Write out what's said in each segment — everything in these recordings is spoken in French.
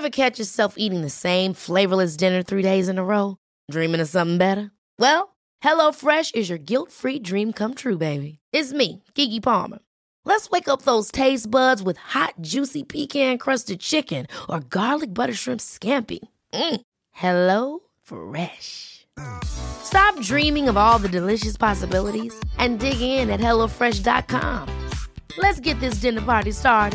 Ever catch yourself eating the same flavorless dinner 3 days in a row? Dreaming of something better? Well, HelloFresh is your guilt-free dream come true, baby. It's me, Keke Palmer. Let's wake up those taste buds with hot, juicy pecan-crusted chicken or garlic butter shrimp scampi. Hello Fresh. Stop dreaming of all the delicious possibilities and dig in at HelloFresh.com. Let's get this dinner party started.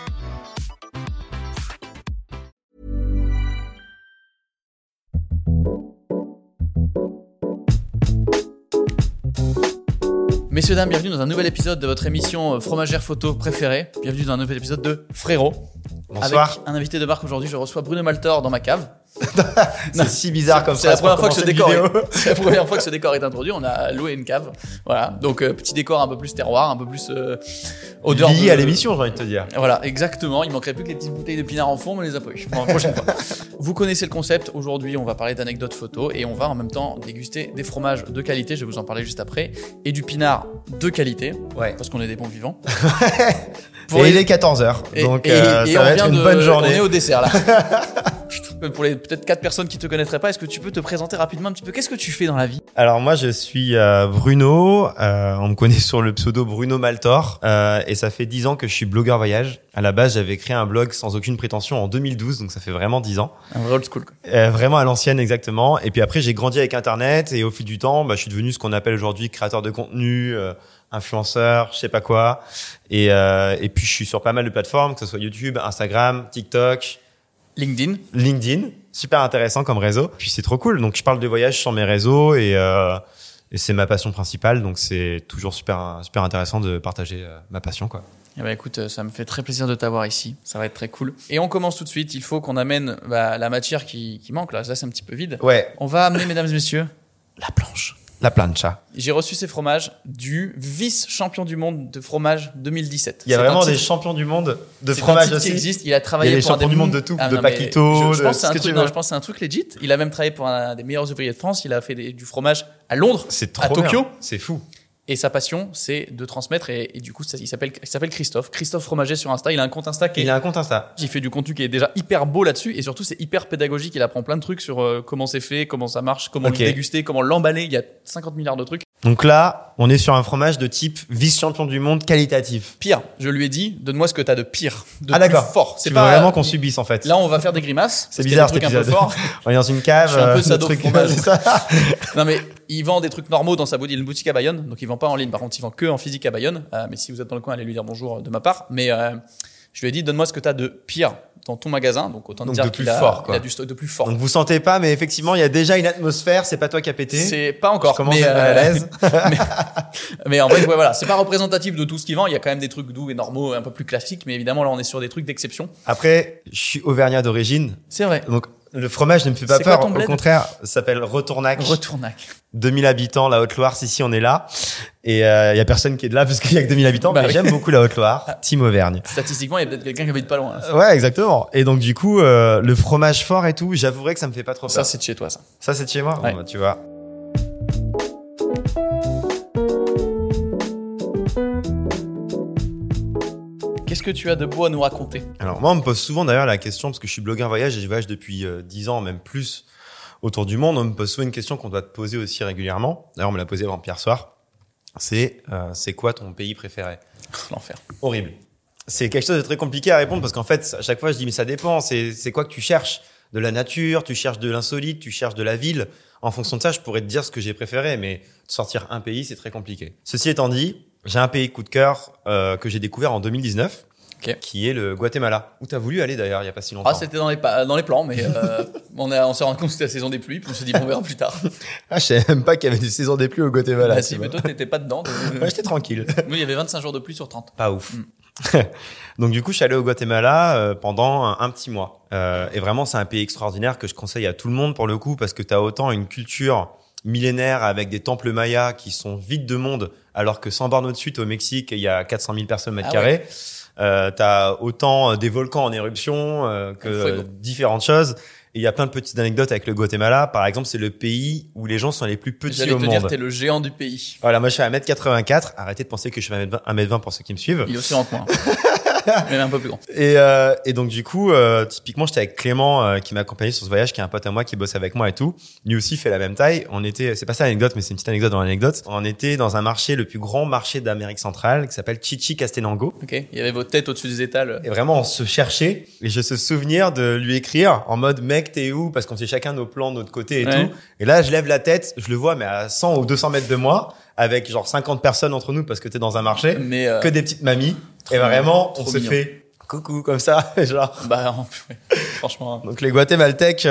Messieurs, dames, bienvenue dans un nouvel épisode de votre émission fromagère photo préférée. Bienvenue dans un nouvel épisode de Frérot. Bonsoir. Avec un invité de marque aujourd'hui, je reçois Bruno Maltor dans ma cave. C'est si bizarre comme ça. C'est la première fois que c'est la première fois que ce décor est introduit. On a loué une cave. Voilà. Donc, petit décor un peu plus terroir, un peu plus odeur. Lié à l'émission, j'ai envie de te dire. Voilà, exactement. Il manquerait plus que les petites bouteilles de pinard en fond, mais on les a pas eu. Pour la prochaine fois. Vous connaissez le concept. Aujourd'hui, on va parler d'anecdotes photos et on va en même temps déguster des fromages de qualité. Je vais vous en parler juste après. Et du pinard de qualité. Ouais. Parce qu'on est des bons vivants. Et il est 14h. Donc, ça va être une bonne journée. On est au dessert, là. Pour les peut-être 4 personnes qui te connaîtraient pas, est-ce que tu peux te présenter rapidement un petit peu? Qu'est-ce que tu fais dans la vie? Alors moi je suis Bruno, on me connaît sur le pseudo Bruno Maltor et ça fait 10 ans que je suis blogueur voyage. À la base j'avais créé un blog sans aucune prétention en 2012, donc ça fait vraiment 10 ans. Un vrai old school quoi. Vraiment à l'ancienne exactement. Et puis après j'ai grandi avec internet et au fil du temps je suis devenu ce qu'on appelle aujourd'hui créateur de contenu, influenceur, je sais pas quoi. Et puis je suis sur pas mal de plateformes, que ce soit YouTube, Instagram, TikTok, LinkedIn, super intéressant comme réseau. Puis c'est trop cool. Donc je parle de voyage sur mes réseaux et c'est ma passion principale. Donc c'est toujours super intéressant de partager ma passion quoi. Eh ben écoute, ça me fait très plaisir de t'avoir ici. Ça va être très cool. Et on commence tout de suite. Il faut qu'on amène la matière qui manque là. Ça c'est un petit peu vide. Ouais. On va amener, mesdames et messieurs, la planche. La plancha. J'ai reçu ces fromages du vice-champion du monde de fromage 2017. Il y a vraiment des champions du monde de fromage aussi. Qui existe. Il a travaillé pour les champions du monde de tout, de Paquito, je pense que c'est un truc legit. Il a même travaillé pour un des meilleurs ouvriers de France. Il a fait du fromage à Londres, à Tokyo. Bien. C'est fou. Et sa passion, c'est de transmettre. Et du coup, il s'appelle Christophe Fromager sur Insta. Il a un compte Insta il fait du contenu qui est déjà hyper beau là-dessus. Et surtout, c'est hyper pédagogique. Il apprend plein de trucs sur comment c'est fait, comment ça marche, comment le déguster, comment l'emballer. Il y a 50 milliards de trucs. Donc là, on est sur un fromage de type vice-champion du monde qualitatif. Pire, je lui ai dit, donne-moi ce que t'as de pire, de plus d'accord. fort. C'est pas vraiment qu'on subisse en fait. Là, on va faire des grimaces. C'est bizarre cet épisode. On est dans une cave. Je suis un peu sado fromage. C'est ça. Non mais il vend des trucs normaux dans sa boutique, une boutique à Bayonne. Donc il vend pas en ligne. Par contre, il vend que en physique à Bayonne. Mais si vous êtes dans le coin, allez lui dire bonjour de ma part. Mais je lui ai dit, donne-moi ce que t'as de pire dans ton magasin. Donc autant dire qu'il a du stock de plus fort. Donc vous sentez pas, mais effectivement, il y a déjà une atmosphère. C'est pas toi qui a pété. C'est pas encore. Je commence à être mal à l'aise. mais en fait, ouais, voilà, c'est pas représentatif de tout ce qu'il vend. Il y a quand même des trucs doux et normaux, un peu plus classiques. Mais évidemment, là, on est sur des trucs d'exception. Après, je suis auvergnat d'origine. C'est vrai. Donc le fromage ne me fait pas peur. Au contraire, ça s'appelle Retournac. 2000 habitants, la Haute-Loire. Si, on est là. Et il y a personne qui est de là parce qu'il y a que 2000 habitants. Mais j'aime beaucoup la Haute-Loire. Team Auvergne. Statistiquement, il y a peut-être quelqu'un qui habite pas loin. Ouais, exactement. Et donc, du coup, le fromage fort et tout, j'avouerais que ça me fait pas trop peur. Ça, c'est de chez toi, ça. Ça, c'est de chez moi? Ouais. Bon, tu vois. Qu'est-ce que tu as de beau à nous raconter? Alors, moi, on me pose souvent d'ailleurs la question, parce que je suis blogueur voyage et je voyage depuis 10 ans, même plus, autour du monde. On me pose souvent une question qu'on doit te poser aussi régulièrement. D'ailleurs, on me l'a posée avant-hier soir. C'est quoi ton pays préféré? L'enfer. Horrible. C'est quelque chose de très compliqué à répondre parce qu'en fait, à chaque fois, je dis, mais ça dépend. C'est quoi que tu cherches? De la nature, tu cherches de l'insolite, tu cherches de la ville. En fonction de ça, je pourrais te dire ce que j'ai préféré, mais sortir un pays, c'est très compliqué. Ceci étant dit, j'ai un pays coup de cœur que j'ai découvert en 2019. Okay. Qui est le Guatemala, où t'as voulu aller d'ailleurs il y a pas si longtemps. Ah, c'était dans les plans, mais on s'est rendu compte que c'était la saison des pluies, puis on s'est dit on verra plus tard. Ah, je savais même pas qu'il y avait des saisons des pluies au Guatemala. Bah si, mais toi t'étais pas dedans. Ouais, j'étais tranquille. Nous, il y avait 25 jours de pluie sur 30. Pas ouf. Donc du coup, je suis allé au Guatemala pendant un petit mois. Et vraiment, c'est un pays extraordinaire que je conseille à tout le monde pour le coup, parce que t'as autant une culture millénaire avec des temples mayas qui sont vides de monde, alors que 100 bornes au-dessus, au Mexique, il y a 400 000 personnes mètres carrés. Ouais. T'as autant des volcans en éruption que différentes choses. Et il y a plein de petites anecdotes avec le Guatemala. Par exemple, c'est le pays où les gens sont les plus petits au monde. J'allais te dire, t'es le géant du pays. Voilà, moi je fais 1m84. Arrêtez de penser que je fais 1m20 pour ceux qui me suivent. Il est aussi en coin. Même un peu plus grand. Et donc du coup, typiquement, j'étais avec Clément qui m'a accompagné sur ce voyage, qui est un pote à moi qui bosse avec moi et tout. Lui aussi fait la même taille. C'est pas ça l'anecdote, mais c'est une petite anecdote dans l'anecdote. On était dans un marché, le plus grand marché d'Amérique centrale, qui s'appelle Chichi-Castenango. Ok. Il y avait votre tête au-dessus des étals. Et vraiment, on se cherchait. Et je me souvenir de lui écrire en mode, mec, t'es où? Parce qu'on fait chacun nos plans de notre côté et tout. Et là, je lève la tête, je le vois, mais à 100 ou 200 mètres de moi, avec genre 50 personnes entre nous parce que t'es dans un marché, mais que des petites mamies. Et vraiment, on se fait coucou comme ça, genre. Bah, ouais. Franchement. Donc les Guatémaltèques,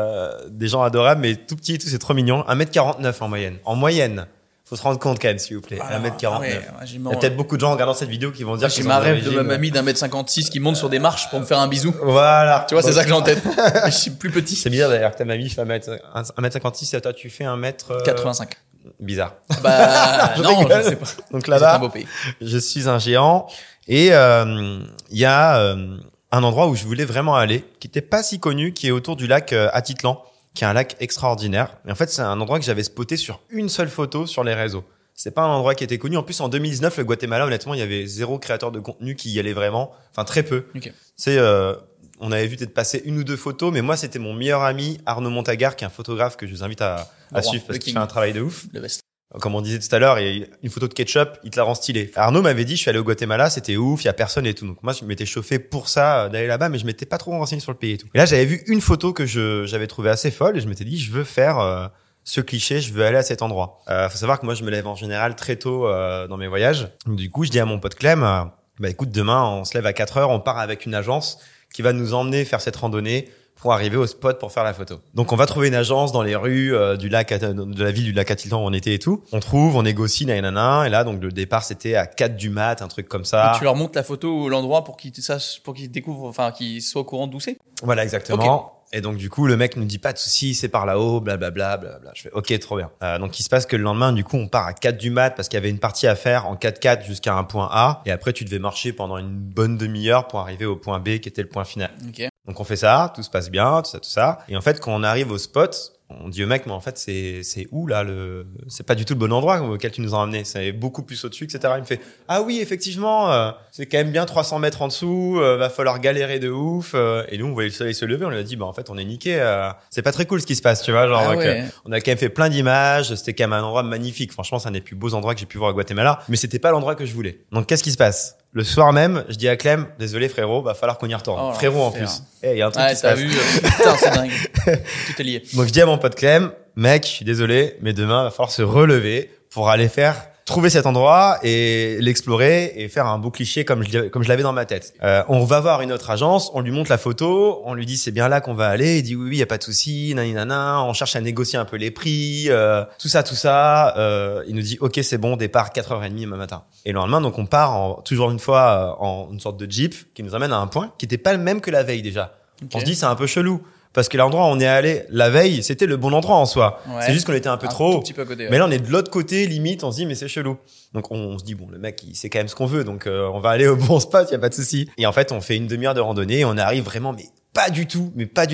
des gens adorables, mais tout petits et tout, c'est trop mignon. 1m49 en moyenne. En moyenne. Faut se rendre compte quand même, s'il vous plaît. 1m49. Ouais, il y a peut-être beaucoup de gens en regardant cette vidéo qui vont dire que j'ai ma rêve de ma mamie d'1m56 qui monte sur des marches pour me faire un bisou. Voilà. Tu vois, c'est ça que j'ai en tête. Je suis plus petit. C'est bizarre d'ailleurs que ta mamie fait 1m56 et toi tu fais 1m85. Bizarre. Bah, non, je sais pas. Donc là-bas, un beau pays. Je suis un géant et il y a un endroit où je voulais vraiment aller, qui était pas si connu, qui est autour du lac Atitlan, qui est un lac extraordinaire. Et en fait, c'est un endroit que j'avais spoté sur une seule photo sur les réseaux. C'est pas un endroit qui était connu. En plus, en 2019, le Guatemala, honnêtement, il y avait 0 créateur de contenu qui y allait vraiment. Enfin, très peu. Okay. C'est, on avait vu peut-être passer 1 ou 2 photos, mais moi, c'était mon meilleur ami, Arnaud Montagar, qui est un photographe que je vous invite à suivre parce qu'il fait un travail de ouf. Le best. Comme on disait tout à l'heure, il y a une photo de ketchup, il te la rend stylée. Arnaud m'avait dit, je suis allé au Guatemala, c'était ouf, il y a personne et tout. Donc moi, je m'étais chauffé pour ça, d'aller là-bas, mais je m'étais pas trop renseigné sur le pays et tout. Et là, j'avais vu une photo que j'avais trouvée assez folle et je m'étais dit, je veux faire ce cliché, je veux aller à cet endroit. Faut savoir que moi, je me lève en général très tôt dans mes voyages. Donc, du coup, je dis à mon pote Clem, bah écoute, demain, on se lève à 4 heures, on part avec une agence qui va nous emmener faire cette randonnée pour arriver au spot pour faire la photo. Donc on va trouver une agence dans les rues de la ville du lac Atitlan où on était et tout. On trouve, on négocie, nanana, et là donc le départ c'était à 4 du mat, un truc comme ça. Et tu leur montres la photo ou l'endroit pour qu'ils sachent, pour qu'ils découvrent, enfin qu'ils soient au courant d'où c'est. Voilà, exactement. Okay. Et donc du coup le mec nous dit pas de souci, c'est par là-haut, blablabla, blablabla. Je fais ok, trop bien. Donc il se passe que le lendemain du coup on part à 4 du mat parce qu'il y avait une partie à faire en 4x4 jusqu'à un point A et après tu devais marcher pendant une bonne demi-heure pour arriver au point B qui était le point final. Okay. Donc on fait ça, tout se passe bien, tout ça. Et en fait quand on arrive au spot, on dit au mec, mais en fait, c'est où, là, c'est pas du tout le bon endroit auquel tu nous as emmené. C'est beaucoup plus au-dessus, etc. Il me fait, ah oui, effectivement, c'est quand même bien 300 mètres en dessous, va falloir galérer de ouf. Et nous, on voyait le soleil se lever, on lui a dit, bah, en fait, on est niqué, c'est pas très cool ce qui se passe, tu vois, genre, on a quand même fait plein d'images, c'était quand même un endroit magnifique. Franchement, c'est un des plus beaux endroits que j'ai pu voir au Guatemala, mais c'était pas l'endroit que je voulais. Donc, qu'est-ce qui se passe? Le soir même, je dis à Clem, désolé frérot, va falloir qu'on y retourne. Oh, frérot en plus. Il y a un truc qui se passe. Putain, c'est dingue. Tout est lié. Donc je dis à mon pote Clem, mec, je suis désolé, mais demain, va falloir se relever pour aller trouver cet endroit et l'explorer et faire un beau cliché comme je l'avais dans ma tête. On va voir une autre agence, on lui montre la photo, on lui dit c'est bien là qu'on va aller, il dit oui, y a pas de souci, nanana, on cherche à négocier un peu les prix, tout ça. Il nous dit ok, c'est bon, départ 4h30 demain matin. Et le lendemain, donc on part toujours une fois en une sorte de jeep qui nous amène à un point qui était pas le même que la veille déjà. Okay. On se dit c'est un peu chelou. Parce que l'endroit où on est allé la veille, c'était le bon endroit en soi. Ouais. C'est juste qu'on était un peu trop haut. Petit peu à côté, ouais. Mais là, on est de l'autre côté, limite, on se dit, mais c'est chelou. Donc, on se dit, bon, le mec, il sait quand même ce qu'on veut. Donc, on va aller au bon spot, y a pas de souci. Et en fait, on fait une demi-heure de randonnée et on arrive vraiment, mais pas du tout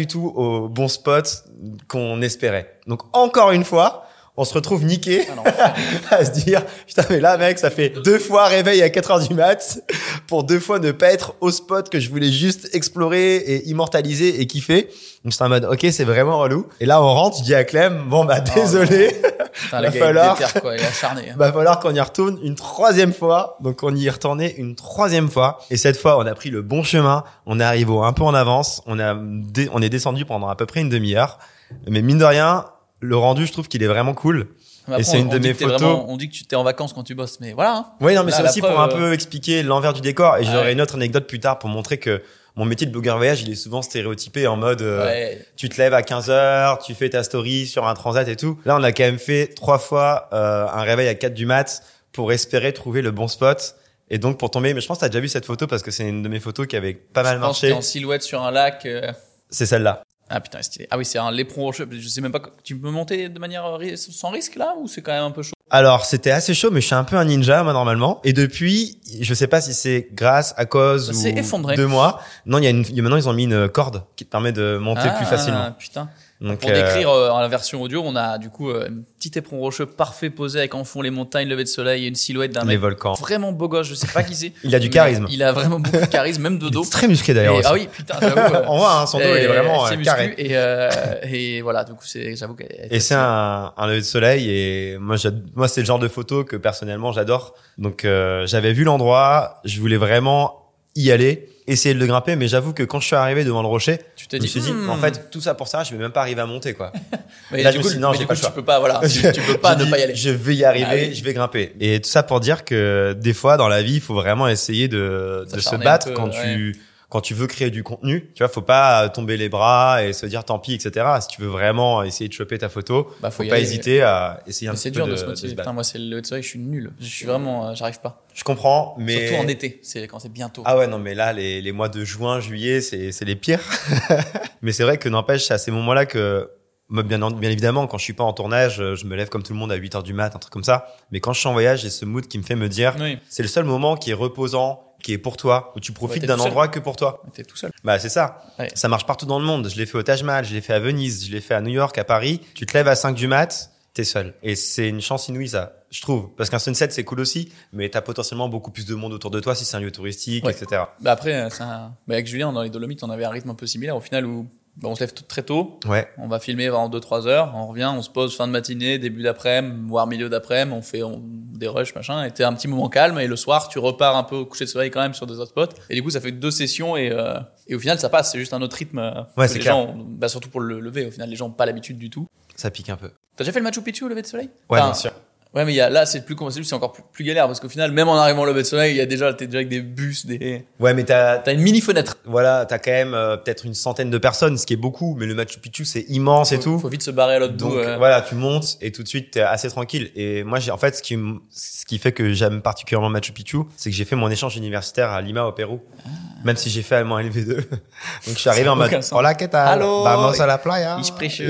au bon spot qu'on espérait. Donc, encore une fois, on se retrouve niqué à se dire, putain, mais là, mec, ça fait 2 fois réveil à 4h du mat pour 2 fois ne pas être au spot que je voulais juste explorer et immortaliser et kiffer. Donc, j'étais en mode, ok, c'est vraiment relou. Et là, on rentre, je dis à Clem, bon, bah, désolé. Putain, va falloir qu'on y retourne une 3e fois. Donc, on y est retourné une 3e fois. Et cette fois, on a pris le bon chemin. On est arrivé un peu en avance. On est descendu pendant à peu près une demi-heure. Mais mine de rien, le rendu, je trouve qu'il est vraiment cool. Après, et c'est une de mes photos. On dit que tu t'es en vacances quand tu bosses, mais voilà. Hein. Oui, non, mais là, c'est aussi pour un peu expliquer l'envers du décor. Et j'aurai une autre anecdote plus tard pour montrer que mon métier de blogueur voyage, il est souvent stéréotypé en mode, tu te lèves à 15h, tu fais ta story sur un transat et tout. Là, on a quand même fait 3 fois, un réveil à 4 du mat pour espérer trouver le bon spot. Et donc, pour tomber, mais je pense que t'as déjà vu cette photo parce que c'est une de mes photos qui avait pas mal marché. Je pense que t'es en silhouette sur un lac. C'est celle-là. Ah putain, stylé. Ah oui, c'est un léperon rocheux. Je sais même pas, tu peux monter de manière sans risque là ou c'est quand même un peu chaud? Alors, c'était assez chaud, mais je suis un peu un ninja, moi, normalement. Et depuis, je sais pas si c'est grâce, à cause ou de moi. Non, maintenant, ils ont mis une corde qui te permet de monter plus facilement. Putain. Donc, pour décrire en la version audio, on a du coup un petit éperon rocheux parfait posé avec en fond les montagnes, lever de soleil et une silhouette d'un mec volcans. Vraiment beau gosse, je sais pas qui c'est. Il a du charisme. Il a vraiment beaucoup de charisme, même de dos. Il est très musclé d'ailleurs. Ah oui, putain, j'avoue. On voit, son dos, il est vraiment carré. Et voilà, du coup, j'avoue que. Et c'est un lever de soleil et moi c'est le genre de photo que personnellement j'adore. Donc j'avais vu l'endroit, je voulais vraiment y aller, essayer de le grimper, mais j'avoue que quand je suis arrivé devant le rocher, tu t'es je me suis dit en fait tout ça pour ça, je vais même pas arriver à monter quoi. Mais là je me suis dit non, j'ai pas le choix. Tu peux pas, voilà, tu peux pas ne pas y aller. Je vais y arriver, je vais grimper. Et tout ça pour dire que des fois dans la vie, il faut vraiment essayer de se battre quand tu veux créer du contenu. Tu vois, faut pas tomber les bras et se dire tant pis, etc. Si tu veux vraiment essayer de choper ta photo, faut pas hésiter à essayer un petit peu de se battre. C'est dur de se motiver. Putain, moi, c'est le lever de soleil, je suis nul. Je suis vraiment, j'arrive pas. Je comprends, mais. Surtout en été, c'est quand c'est bientôt. Ah ouais, non, mais là, les mois de juin, juillet, c'est les pires. Mais c'est vrai que n'empêche, c'est à ces moments-là que, bien évidemment, quand je suis pas en tournage, je me lève comme tout le monde à 8h du mat, un truc comme ça. Mais quand je suis en voyage, j'ai ce mood qui me fait me dire, c'est le seul moment qui est reposant, qui est pour toi, où tu profites d'un endroit que pour toi. T'es tout seul. Bah, c'est ça. Ouais. Ça marche partout dans le monde. Je l'ai fait au Taj Mahal, je l'ai fait à Venise, je l'ai fait à New York, à Paris. Tu te lèves à 5 du mat, t'es seul. Et c'est une chance inouïe, ça, je trouve. Parce qu'un sunset, c'est cool aussi, mais t'as potentiellement beaucoup plus de monde autour de toi si c'est un lieu touristique, etc. Bah après, avec Julien, dans les Dolomites, on avait un rythme un peu similaire au final où on se lève très tôt. Ouais. On va filmer pendant 2-3 heures. On revient, on se pose fin de matinée, début d'après-midi, voire milieu d'après-midi. On fait des rushs, machin. Et t'es un petit moment calme. Et le soir, tu repars un peu au coucher de soleil quand même sur des autres spots. Et du coup, ça fait 2 sessions. Et au final, ça passe. C'est juste un autre rythme. Ouais, c'est clair. Surtout pour le lever. Au final, les gens n'ont pas l'habitude du tout. Ça pique un peu. T'as déjà fait le Machu Picchu au lever de soleil? Ouais, bien sûr. Ouais, mais là, c'est c'est encore plus galère parce qu'au final, même en arrivant au lever de soleil, t'es déjà avec des bus, Ouais, mais t'as une mini fenêtre. Voilà, t'as quand même peut-être une centaine de personnes, ce qui est beaucoup, mais le Machu Picchu, c'est immense et tout. Faut vite se barrer à l'autre bout. Donc, voilà, tu montes et tout de suite, t'es assez tranquille. Et moi, en fait, ce qui fait que j'aime particulièrement Machu Picchu, c'est que j'ai fait mon échange universitaire à Lima, au Pérou. Même si j'ai fait allemand LV2. Donc, je suis arrivé en mode, hola, ¿qué tal? Hallo. Vamos a la playa. Ich spreche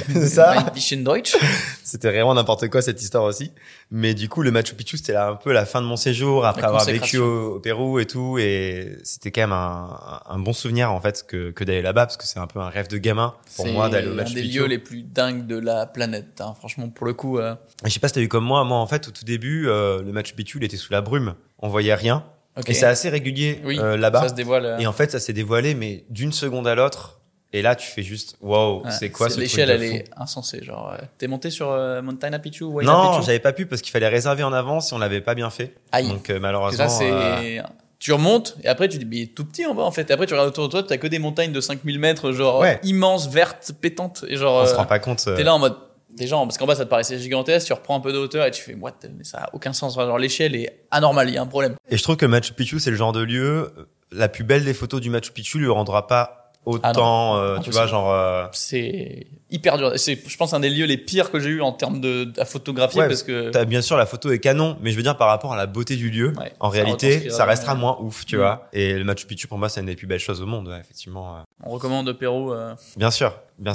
ça. Bisschen Deutsch. C'était vraiment n'importe quoi, cette histoire aussi. Mais du coup, le Machu Picchu, c'était là un peu la fin de mon séjour après avoir vécu au Pérou et tout. Et c'était quand même un bon souvenir, en fait, que d'aller là-bas, parce que c'est un peu un rêve de gamin pour moi d'aller au Machu Picchu. C'est un des lieux les plus dingues de la planète, hein. Franchement, pour le coup. Je sais pas si t'as vu comme moi. Moi, en fait, au tout début, le Machu Picchu, il était sous la brume. On voyait rien. Okay. Et c'est assez régulier là-bas. Ça se dévoile. Et en fait, ça s'est dévoilé, mais d'une seconde à l'autre. Et là, tu fais juste, waouh, c'est quoi ce truc de fou. L'échelle, elle est insensée. Genre, t'es monté sur Montana Picchu ou Non, Picchu? J'avais pas pu parce qu'il fallait réserver en avance et on l'avait pas bien fait. Aïe. Donc malheureusement. Là, tu remontes et après tu dis, mais il est tout petit en bas en fait. Et après tu regardes autour de toi, t'as que des montagnes de 5000 mètres, genre immenses, vertes, pétantes. Et genre, on se rend pas compte. T'es là en mode. Des gens, parce qu'en bas ça te paraissait gigantesque, tu reprends un peu de hauteur et tu fais what, mais ça a aucun sens. Genre l'échelle est anormale, il y a un problème. Et je trouve que Machu Picchu c'est le genre de lieu, la plus belle des photos du Machu Picchu lui rendra pas autant, tu vois, genre. C'est hyper dur. C'est, je pense, un des lieux les pires que j'ai eu en termes de à photographier parce que. Bien sûr, la photo est canon, mais je veux dire par rapport à la beauté du lieu, en réalité, ça restera moins ouf, tu vois. Et le Machu Picchu pour moi, c'est une des plus belles choses au monde, effectivement. On recommande le Pérou. Bien sûr.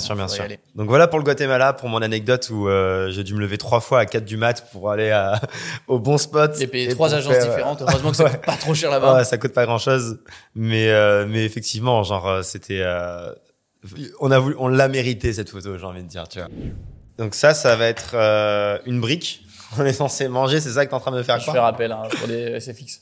Donc voilà pour le Guatemala, pour mon anecdote où j'ai dû me lever 3 fois à 4 du mat pour aller au bon spot. J'ai payé 3 agences différentes. Heureusement que ça coûte pas trop cher là-bas. Ouais, ça coûte pas grand-chose, mais effectivement, genre c'était on l'a mérité cette photo, j'ai envie de dire, tu vois. Donc ça va être une brique. On est censé manger, c'est ça que t'es en train de me faire croire. Je fais rappel pour des SFX.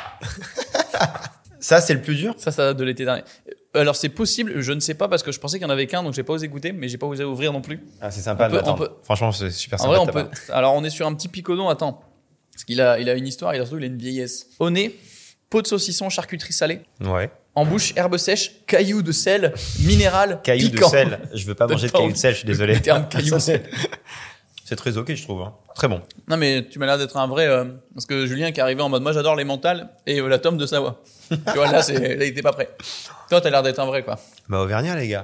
Ça, c'est le plus dur. Ça date de l'été dernier. Alors c'est possible, je ne sais pas parce que je pensais qu'il y en avait qu'un, donc j'ai pas osé goûter, mais j'ai pas osé ouvrir non plus. Ah, c'est sympa de m'attendre. Franchement, c'est super sympa. En vrai, Alors on est sur un petit picodon. Attends, parce qu'il a une histoire, il a une vieillesse. Au nez, peau de saucisson, charcuterie salée. Ouais. En bouche, herbe sèche, cailloux de sel, minéral, cailloux piquant. De sel. Je veux pas manger de cailloux de sel, je suis désolé. Le terme cailloux de sel. C'est très ok, je trouve. Hein. Très bon. Non, mais tu m'as l'air d'être un vrai... parce que Julien qui est arrivé en mode, moi j'adore les mentales et la tome de Savoie. Tu vois, là, il était pas prêt. Toi, t'as l'air d'être un vrai, quoi. Bah, Auvergnat, les gars.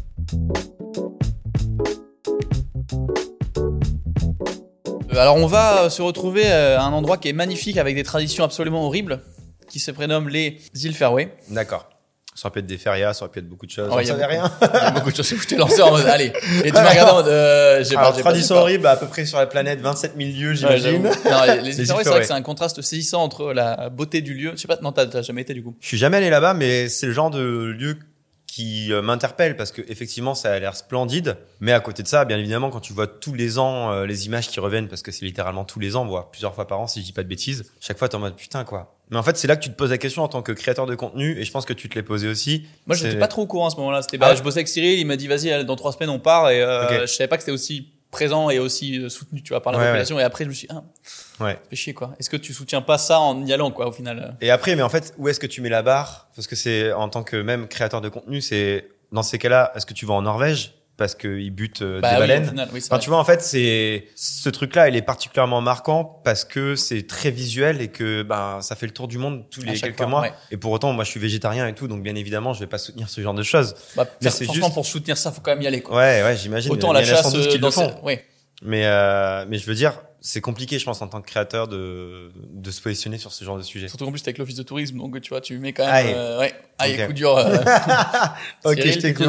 Alors, on va se retrouver à un endroit qui est magnifique avec des traditions absolument horribles qui se prénomment les îles Faroé. D'accord. Ça aurait pu être des férias, ça aurait pu être beaucoup de choses. Oh, on savait rien. Il y a beaucoup de choses. Je t'ai lancé en mode, allez. Et tu m'as regardé en mode, j'ai Alors, tradition horrible, à peu près sur la planète, 27 000 lieux, j'imagine. Non, les îles Faroé, c'est vrai que c'est un contraste saisissant entre la beauté du lieu. Je sais pas, non, t'as jamais été, du coup. Je suis jamais allé là-bas, mais c'est le genre de lieu qui m'interpelle parce que effectivement ça a l'air splendide, mais à côté de ça, bien évidemment, quand tu vois tous les ans les images qui reviennent, parce que c'est littéralement tous les ans, voire plusieurs fois par an si je dis pas de bêtises, chaque fois t'es en mode putain quoi. Mais en fait c'est là que tu te poses la question en tant que créateur de contenu, et je pense que tu te l'es posé aussi. Moi j'étais pas trop au courant à ce moment-là. Je bossais avec Cyril, il m'a dit vas-y dans 3 semaines on part, et je savais pas que c'était aussi présent et aussi soutenu, tu vois, par la population. Et après je me suis dit fais chier quoi. Est-ce que tu soutiens pas ça en y allant quoi au final? Et après, mais en fait, où est-ce que tu mets la barre? Parce que c'est en tant que même créateur de contenu, c'est dans ces cas-là, est-ce que tu vas en Norvège parce qu'ils butent des baleines? Au final, tu vois, en fait, c'est ce truc-là, il est particulièrement marquant parce que c'est très visuel et que ça fait le tour du monde tous les quelques mois. Ouais. Et pour autant, moi, je suis végétarien et tout, donc bien évidemment, je vais pas soutenir ce genre de choses. Mais c'est franchement juste... pour soutenir ça, faut quand même y aller quoi. Ouais, j'imagine. Autant la chasse dans mais je veux dire, c'est compliqué, je pense, en tant que créateur de se positionner sur ce genre de sujet. Surtout en plus, t'es avec l'office de tourisme, donc tu vois, tu mets quand même, coup dur. Ok, je t'écoute.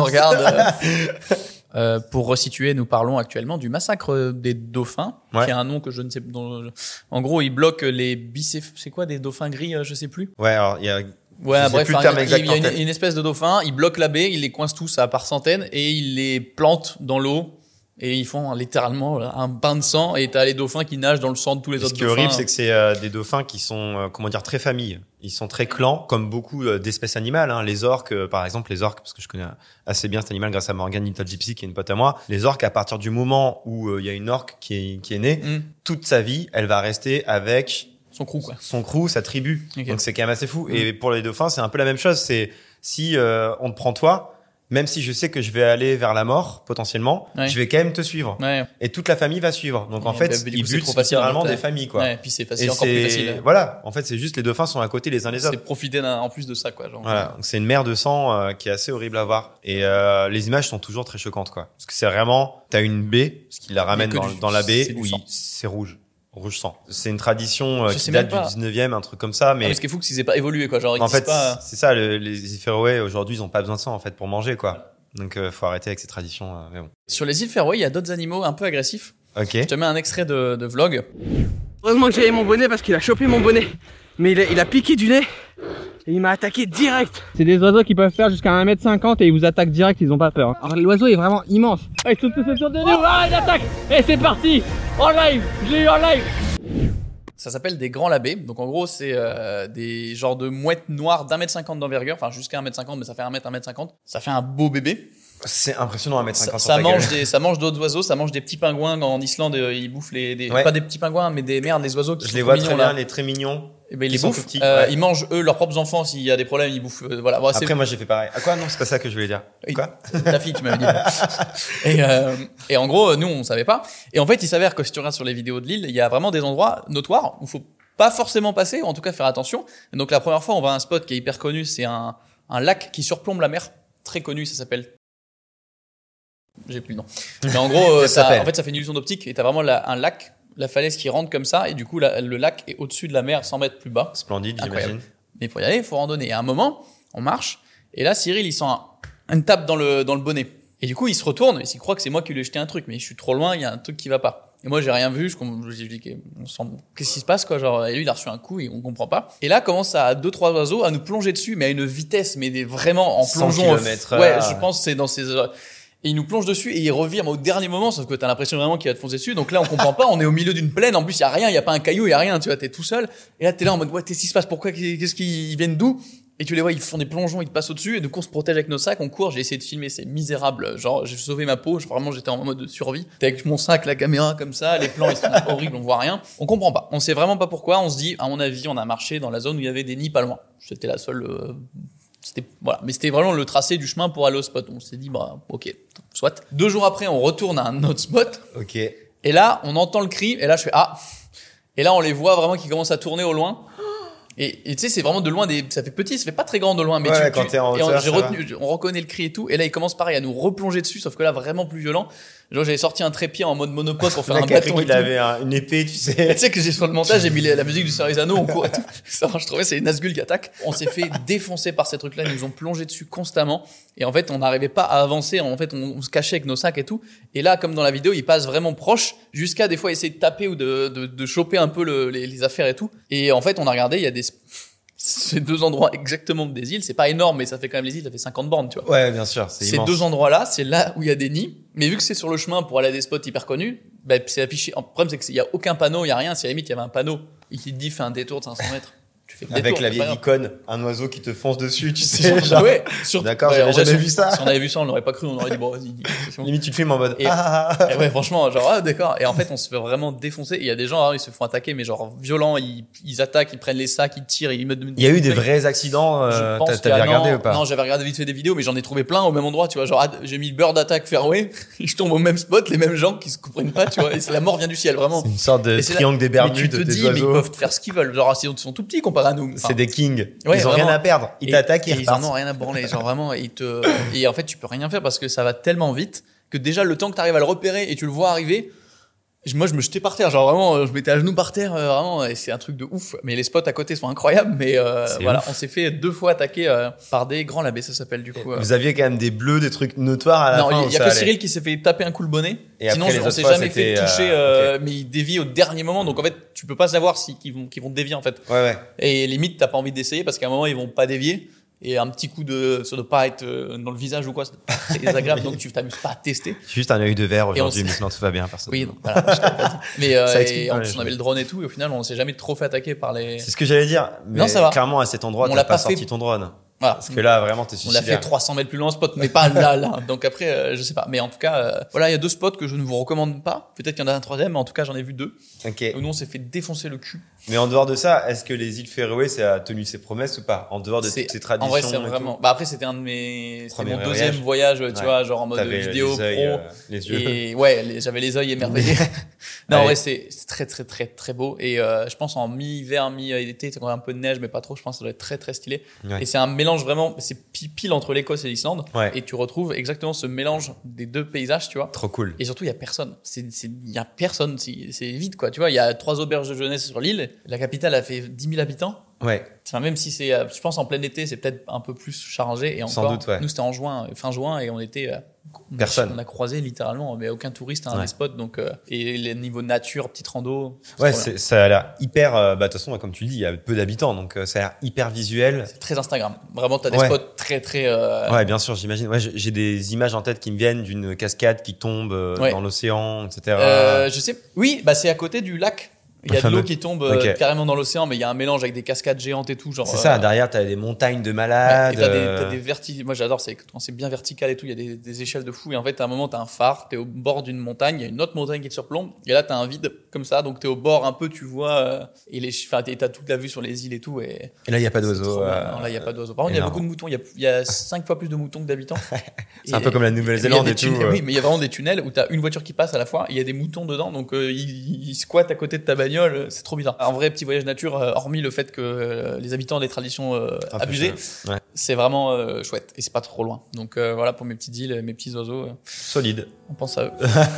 Pour resituer, nous parlons actuellement du massacre des dauphins, qui est un nom que je ne sais plus. En gros, ils bloquent les c'est quoi, des dauphins gris, je sais plus. Ouais, alors il y a. Ouais, bref, il y a une espèce de dauphin, ils bloquent la baie, ils les coincent tous à par centaines et ils les plantent dans l'eau. Et ils font littéralement un bain de sang et t'as les dauphins qui nagent dans le sang de tous les autres dauphins. Ce qui est horrible, c'est que c'est des dauphins qui sont, très familles. Ils sont très clans, comme beaucoup d'espèces animales. Hein. Les orques, par exemple, parce que je connais assez bien cet animal grâce à Morgane Little Gypsy, qui est une pote à moi. Les orques, à partir du moment où il y a une orque qui est née, toute sa vie, elle va rester avec son crew, quoi. Son crew, sa tribu. Okay. Donc c'est quand même assez fou. Et pour les dauphins, c'est un peu la même chose. C'est si on te prend toi, même si je sais que je vais aller vers la mort potentiellement, je vais quand même te suivre. Ouais. Et toute la famille va suivre. Donc en fait, ils butent littéralement des familles, quoi. Ouais, et puis c'est facile, encore plus facile. Voilà. En fait, c'est juste les dauphins sont à côté les uns des autres. C'est profiter en plus de ça, quoi. Genre. Voilà. Donc c'est une mer de sang qui est assez horrible à voir. Et les images sont toujours très choquantes, quoi. Parce que c'est vraiment, t'as une baie, parce qu'ils la ramènent dans la baie où c'est rouge. Rouge sang. C'est une tradition qui date du 19e, un truc comme ça, mais. Ce qui est fou, c'est qu'ils aient pas évolué, quoi. Genre, en fait, c'est ça, les îles Féroé, aujourd'hui, ils ont pas besoin de sang, en fait, pour manger, quoi. Donc, faut arrêter avec ces traditions, mais bon. Sur les îles Féroé, il y a d'autres animaux un peu agressifs. Ok. Je te mets un extrait de vlog. Heureusement que j'avais mon bonnet parce qu'il a chopé mon bonnet. Mais il a piqué du nez et il m'a attaqué direct. C'est des oiseaux qui peuvent faire jusqu'à 1m50 et ils vous attaquent direct, ils ont pas peur. Alors l'oiseau est vraiment immense. Ils sont tous autour de nous. Ah, il attaque. Et c'est parti. En live. Je l'ai eu en live. Ça s'appelle des grands labés. Donc en gros, c'est des genres de mouettes noires d'1m50 d'envergure. Enfin, jusqu'à 1m50, mais ça fait 1m50. Ça fait un beau bébé. C'est impressionnant 1m50. Ça mange d'autres oiseaux, ça mange des petits pingouins. En Islande, ils bouffent pas des petits pingouins, mais les oiseaux qui sont je les vois très bien, là. les très mignons. Et ben ils les bouffent. Ils mangent eux leurs propres enfants. S'il y a des problèmes, ils bouffent. Voilà. Bon, après, moi, j'ai fait pareil. Ah quoi? Non, c'est pas ça que je voulais dire. Quoi? Ta fille, tu m'avais dit. Et en gros, nous, on savait pas. Et en fait, il s'avère que si tu regardes sur les vidéos de l'île, il y a vraiment des endroits notoires où faut pas forcément passer, ou en tout cas faire attention. Et donc la première fois, on va à un spot qui est hyper connu. C'est un lac qui surplombe la mer, très connu. Ça s'appelle. J'ai plus le nom. Mais en gros, ça fait une illusion d'optique. Et t'as vraiment un lac, la falaise qui rentre comme ça, et du coup, le lac est au-dessus de la mer, 100 mètres plus bas. Splendide, j'imagine. Mais pour y aller, il faut randonner. Et à un moment, on marche, et là, Cyril, il sent une tape dans le bonnet. Et du coup, il se retourne, et il croit que c'est moi qui lui ai jeté un truc, mais je suis trop loin, il y a un truc qui va pas. Et moi, j'ai rien vu, je dis, qu'est-ce qui se passe, quoi, genre, et lui, il a reçu un coup, et on comprend pas. Et là, commence à 2-3 oiseaux à nous plonger dessus, mais à une vitesse, mais vraiment en plongeon. Ouais, je pense que c'est dans ces, et il nous plonge dessus et il revire au dernier moment, sauf que t'as l'impression vraiment qu'il va te foncer dessus. Donc là, on comprend pas, on est au milieu d'une plaine, en plus, il y a rien, il y a pas un caillou, il y a rien, tu vois, t'es tout seul. Et là, t'es là en mode, ouais, qu'est-ce qui se passe? Pourquoi? Qu'est-ce qu'ils viennent d'où? Et tu les vois, ils font des plongeons, ils te passent au-dessus, et du coup, on se protège avec nos sacs, on court, j'ai essayé de filmer, c'est misérable. Genre, j'ai sauvé ma peau, vraiment, j'étais en mode de survie. T'es avec mon sac, la caméra, comme ça, les plans, ils sont horribles, on voit rien. On comprend pas. On sait vraiment pas pourquoi, on se dit, à mon avis, on a marché dans la zone où il y avait des nids pas loin. C'était la seule, voilà. Mais c'était vraiment le tracé du chemin pour aller au spot. On s'est dit, bah, ok, soit. 2 jours après, on retourne à un autre spot. Ok. Et là, on entend le cri, et là, je fais, ah. Et là, on les voit vraiment qui commencent à tourner au loin. Et tu sais, c'est vraiment de loin ça fait petit, ça fait pas très grand de loin, mais quand t'es en hauteur, on reconnaît le cri et tout, et là, il commence pareil à nous replonger dessus, sauf que là, vraiment plus violent. Genre, j'avais sorti un trépied en mode monopode pour faire un bâton. Il avait une épée, tu sais. Et tu sais que j'ai sur le montage, j'ai mis la musique du Seigneur des Anneaux, on court et tout. Ça, je trouvais, c'est Nazgûl qui attaque. On s'est fait défoncer par ces trucs-là, ils nous ont plongé dessus constamment. Et en fait, on n'arrivait pas à avancer. En fait, on se cachait avec nos sacs et tout. Et là, comme dans la vidéo, ils passent vraiment proches, jusqu'à des fois essayer de taper ou de choper un peu les affaires et tout. Et en fait, on a regardé, il y a Ces 2 endroits exactement des îles, c'est pas énorme, mais ça fait quand même les îles, ça fait 50 bornes, tu vois. Ouais, bien sûr, c'est Ces immense. 2 endroits-là, c'est là où il y a des nids. Mais vu que c'est sur le chemin pour aller à des spots hyper connus, bah, c'est affiché. Le problème, c'est qu'il y a aucun panneau, il y a rien. Si à la limite, il y avait un panneau et qui te dit, fais un détour de 500 mètres. Tu fais le Avec détour, la c'est pas vieille grave. icône, un oiseau qui te fonce dessus, tu sais. Ouais, surtout. D'accord, ouais, j'avais en vrai, jamais vu ça. Si on avait vu ça, on l'aurait pas cru, on aurait dit, bon, vas-y. c'est bon. Limite, tu te filmes en mode. Et- Et ouais, franchement, genre, ah, d'accord. Et en fait, on se fait vraiment défoncer. Et il y a des gens, ils se font attaquer, mais genre, violents, ils attaquent, ils prennent les sacs, ils tirent, ils mettent. Il y a eu des vrais accidents, Je pense t'avais regardé non, ou pas? Non, j'avais regardé vite fait des vidéos, mais j'en ai trouvé plein au même endroit, tu vois. Genre, j'ai mis Bird Attack Fairway, et je tombe au même spot, les mêmes gens qui se comprennent pas, tu vois. Et la mort vient du ciel, vraiment. C'est une sorte de Et c'est triangle des Mais tu Bermudes te des dis, mais ils oiseaux. peuvent faire ce qu'ils veulent. Genre, ils sont tout petits comparé à nous. Enfin, C'est des kings. Ouais, Ils ont rien vraiment. à perdre. Ils t'attaquent, et ils ils en repartent. ont rien à branler. Genre, vraiment, et en fait, tu peux rien faire parce que ça va tellement vite que déjà, le temps que tu arrives à le repérer et tu le vois arriver, moi, je me jetais par terre. Genre, vraiment, je m'étais à genoux par terre, vraiment, et c'est un truc de ouf. Mais les spots à côté sont incroyables. Mais C'est voilà, ouf. on s'est fait 2 fois attaquer par des grands labés, ça s'appelle du coup. Vous aviez quand même des bleus, des trucs notoires à la fin. Non, où il y a ça que allait. Cyril qui s'est fait taper un coup le bonnet. Et Sinon, après, les on autres s'est fois, jamais fait c'était, toucher, ok. mais il dévie au dernier moment. Donc, en fait, tu peux pas savoir qu'ils vont te dévier, en fait. Ouais. Et limite, t'as pas envie d'essayer parce qu'à un moment, ils vont pas dévier. Et un petit coup ça doit pas être dans le visage ou quoi, c'est désagréable. Donc, tu t'amuses pas à tester. Juste un œil de verre aujourd'hui, Et on mais sinon tout va bien, personne. Oui, donc voilà, je t'avais pas dit. Mais Ça explique et pas en mal plus, les on avait choses. le drone et tout. Et au final, on s'est jamais trop fait attaquer par les. C'est ce que j'allais dire. Mais Non, ça va. clairement, à cet endroit, On t'as l'a pas pas sorti fait. ton drone. Voilà. Parce que là, vraiment, t'es On l'a suicidaire. fait 300 mètres plus loin, spot, mais pas là. Donc après, je sais pas. Mais en tout cas, voilà, il y a 2 spots que je ne vous recommande pas. Peut-être qu'il y en a un 3e, mais en tout cas, j'en ai vu 2. Ok. Où nous, on s'est fait défoncer le cul. Mais en dehors de ça, est-ce que les îles Féroé, ça a tenu ses promesses ou pas? En dehors de toutes ces traditions. En vrai, c'est et vraiment. tout. Bah après, c'était c'était Premier mon 2e voyage, tu Ouais. vois, genre en mode T'avais vidéo les yeux, pro. les yeux. Et ouais, j'avais les yeux émerveillés. Non, en Ouais. vrai, c'est très, très, très, très beau. Et je pense en mi-hiver, mi-été, c'est quand même un peu de neige, mais pas trop. Je pense que ça doit être très, très stylé. Ouais. Et c'est un mélange vraiment, c'est pile entre l'Écosse et l'Islande. Ouais. Et tu retrouves exactement ce mélange des 2 paysages, tu vois. Trop cool. Et surtout, il y a personne. Il y a personne. C'est vide, quoi. Tu vois, il y a 3 auberges de jeunesse sur l'île. La capitale a fait 10 000 habitants. Ouais. Enfin, même si c'est, je pense en plein été, c'est peut-être un peu plus chargé. Et encore, Sans doute, ouais. nous, c'était en juin, fin juin, et on était, Personne. On a croisé littéralement, mais aucun touriste à un Ouais. des spots. Donc, et les niveaux nature, petite rando. Ouais, trop bien. ça a l'air hyper, bah, de toute façon, comme tu le dis, il y a peu d'habitants, donc ça a l'air hyper visuel. C'est très Instagram. Vraiment, t'as des Ouais. spots très, très, Ouais, bien sûr, j'imagine. Ouais, j'ai des images en tête qui me viennent d'une cascade qui tombe Ouais. dans l'océan, etc. je sais. Oui, bah, c'est à côté du lac. Il y a Le de l'eau fameux. qui tombe Ok. carrément dans l'océan, mais il y a un mélange avec des cascades géantes et tout. Genre, C'est ça, derrière, t'as des montagnes de malades. et t'as des vertiges. Moi, j'adore, c'est quand c'est bien vertical et tout, il y a des échelles de fou. Et en fait, à un moment, t'as un phare, t'es au bord d'une montagne, il y a une autre montagne qui te surplombe. Et là, t'as un vide comme ça, donc t'es au bord un peu, tu vois, et t'as toute la vue sur les îles et tout. Et Et là, il n'y a pas c'est d'oiseaux. trop bien. Non, là, il y a pas d'oiseaux. Par contre, il y a énorme. beaucoup de moutons. Il y a 5 fois plus de moutons que d'habitants. C'est un peu comme la Nouvelle-Zélande et tout. Oui, mais il y a vraiment des tunnels où t'as une voiture qui passe à la fois. Il y a des moutons dedans, donc ils squattent à côté de ta bagnole. C'est trop bizarre. En vrai, petit voyage nature, hormis le fait que les habitants ont des traditions Un peu abusées, ça. Ouais. c'est vraiment chouette et c'est pas trop loin. Donc voilà pour mes petites îles, mes petits oiseaux. Solide. On pense à eux.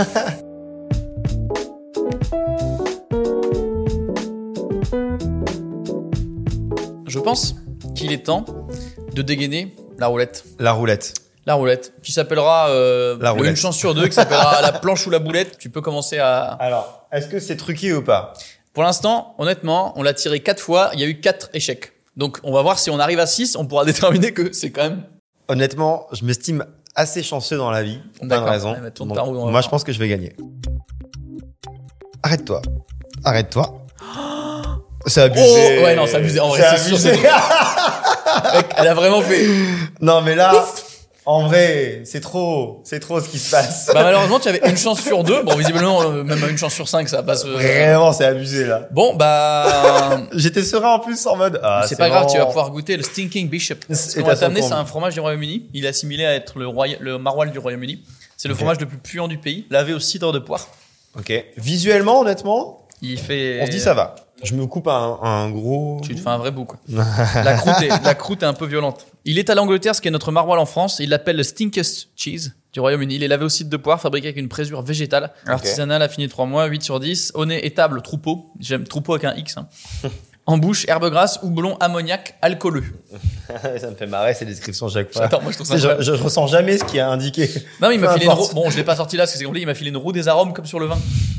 Je pense qu'il est temps de dégainer la roulette. La roulette. La roulette, qui s'appellera La roulette. une chance sur 2, qui s'appellera la planche ou la boulette. Tu peux commencer à. Alors, est-ce que c'est truqué ou pas? Pour l'instant, honnêtement, on l'a tiré 4 fois. Il y a eu 4 échecs. Donc, on va voir si on arrive à 6. On pourra déterminer que c'est quand même. Honnêtement, je m'estime assez chanceux dans la vie. Pour plein de D'accord. raisons. Ouais, bah, tourne Donc, ta roue, on va moi, voir. je pense que je vais gagner. Arrête-toi. Arrête-toi. C'est abusé. Oh, ouais, non, c'est abusé. En vrai, c'est sûr, abusé. Mec, elle a vraiment fait. Non, mais là, en vrai, c'est trop ce qui se passe. Bah, malheureusement, tu avais une chance sur 2. Bon, visiblement, même une chance sur 5, ça passe. Vraiment, c'est abusé, là. Bon, bah. J'étais serein en plus en mode. Ah, c'est pas grave, bon. tu vas pouvoir goûter le Stinking Bishop. Et Ce qu'on t'as va son t'amener, comble. c'est un fromage du Royaume-Uni. Il est assimilé à être le maroilles du Royaume-Uni. C'est le fromage le plus puant du pays, lavé au cidre de poire. Ok. Visuellement, honnêtement, Il fait. on se dit ça va. Je me coupe un gros. Tu te fais un vrai bout, quoi. La croûte est un peu violente. Il est à l'Angleterre, ce qui est notre maroilles en France. Il l'appelle le Stinkest Cheese du Royaume-Uni. Il est lavé au cidre de poire, fabriqué avec une présure végétale, artisanale, affinée 3 mois, 8 sur 10. Au nez, étable, troupeau. J'aime troupeau avec un X, hein. En bouche, herbe grasse, houblon, ammoniac, alcooleux. Ça me fait marrer ces descriptions chaque fois. Attends, moi, je trouve ça Tu sais, incroyable. je ressens jamais ce qui est indiqué. Non, mais il m'a Peu filé une importe. roue. Bon, je l'ai pas sorti là parce que c'est compliqué. Il m'a filé une roue des arômes comme sur le vin.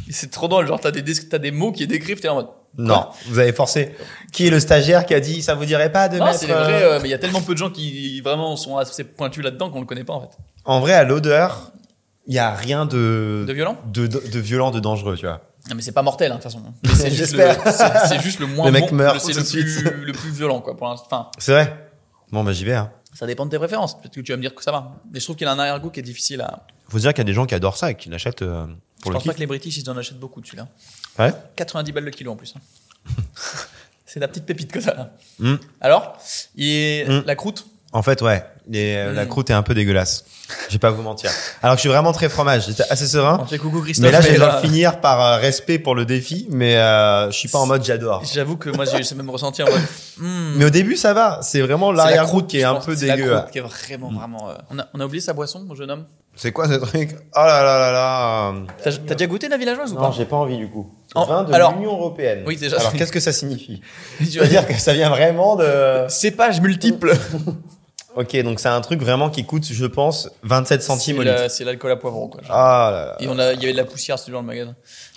C'est trop drôle, genre t'as des mots qui décrivent, t'es en mode. Non, vous avez forcé. Qui est le stagiaire qui a dit ça vous dirait pas de non, mettre c'est vrai, mais il y a tellement peu de gens qui vraiment sont assez pointus là-dedans qu'on le connaît pas en fait. En vrai, à l'odeur, il y a rien de violent, de violent, de dangereux, tu vois. Non mais c'est pas mortel, hein, de toute façon. Mais c'est juste le moins. Le mec meurt. C'est le plus violent, quoi, pour l'instant. Enfin, c'est vrai. Bon, bah j'y vais. Hein. Ça dépend de tes préférences. Peut-être que tu vas me dire que ça va. Mais je trouve qu'il a un arrière-goût qui est difficile à. Faut dire qu'il y a des gens qui adorent ça et qui l'achètent pour le kiff. Je pense pas que les British ils en achètent beaucoup de celui-là. Ouais. 90 balles le kilo en plus. Hein. C'est la petite pépite que ça. Mm. Alors, la croûte. En fait, ouais. La croûte est un peu dégueulasse. Je vais pas vous mentir. Alors que je suis vraiment très fromage. J'étais assez serein. On fait coucou Christophe. Mais là, je vais finir par respect pour le défi. Mais je suis pas en mode j'adore. J'avoue que moi, j'ai même ressenti en mode. Mais au début, ça va. C'est vraiment l'arrière-croûte qui est un peu dégueu. La croûte qui est vraiment. On a oublié sa boisson, mon jeune homme. C'est quoi ce truc? Oh là là là là. T'as déjà goûté la villageoise ou pas? Non, j'ai pas envie du coup. Vin de l'Union européenne. Oui, déjà. Alors, qu'est-ce que ça signifie? Tu veux dire que ça vient vraiment de... Cépages multiples. Ok, donc c'est un truc vraiment qui coûte, je pense, 27 centimes au litre. C'est l'alcool à poivron, quoi. Ah là là. Et il y avait de la poussière, c'est dans le magasin.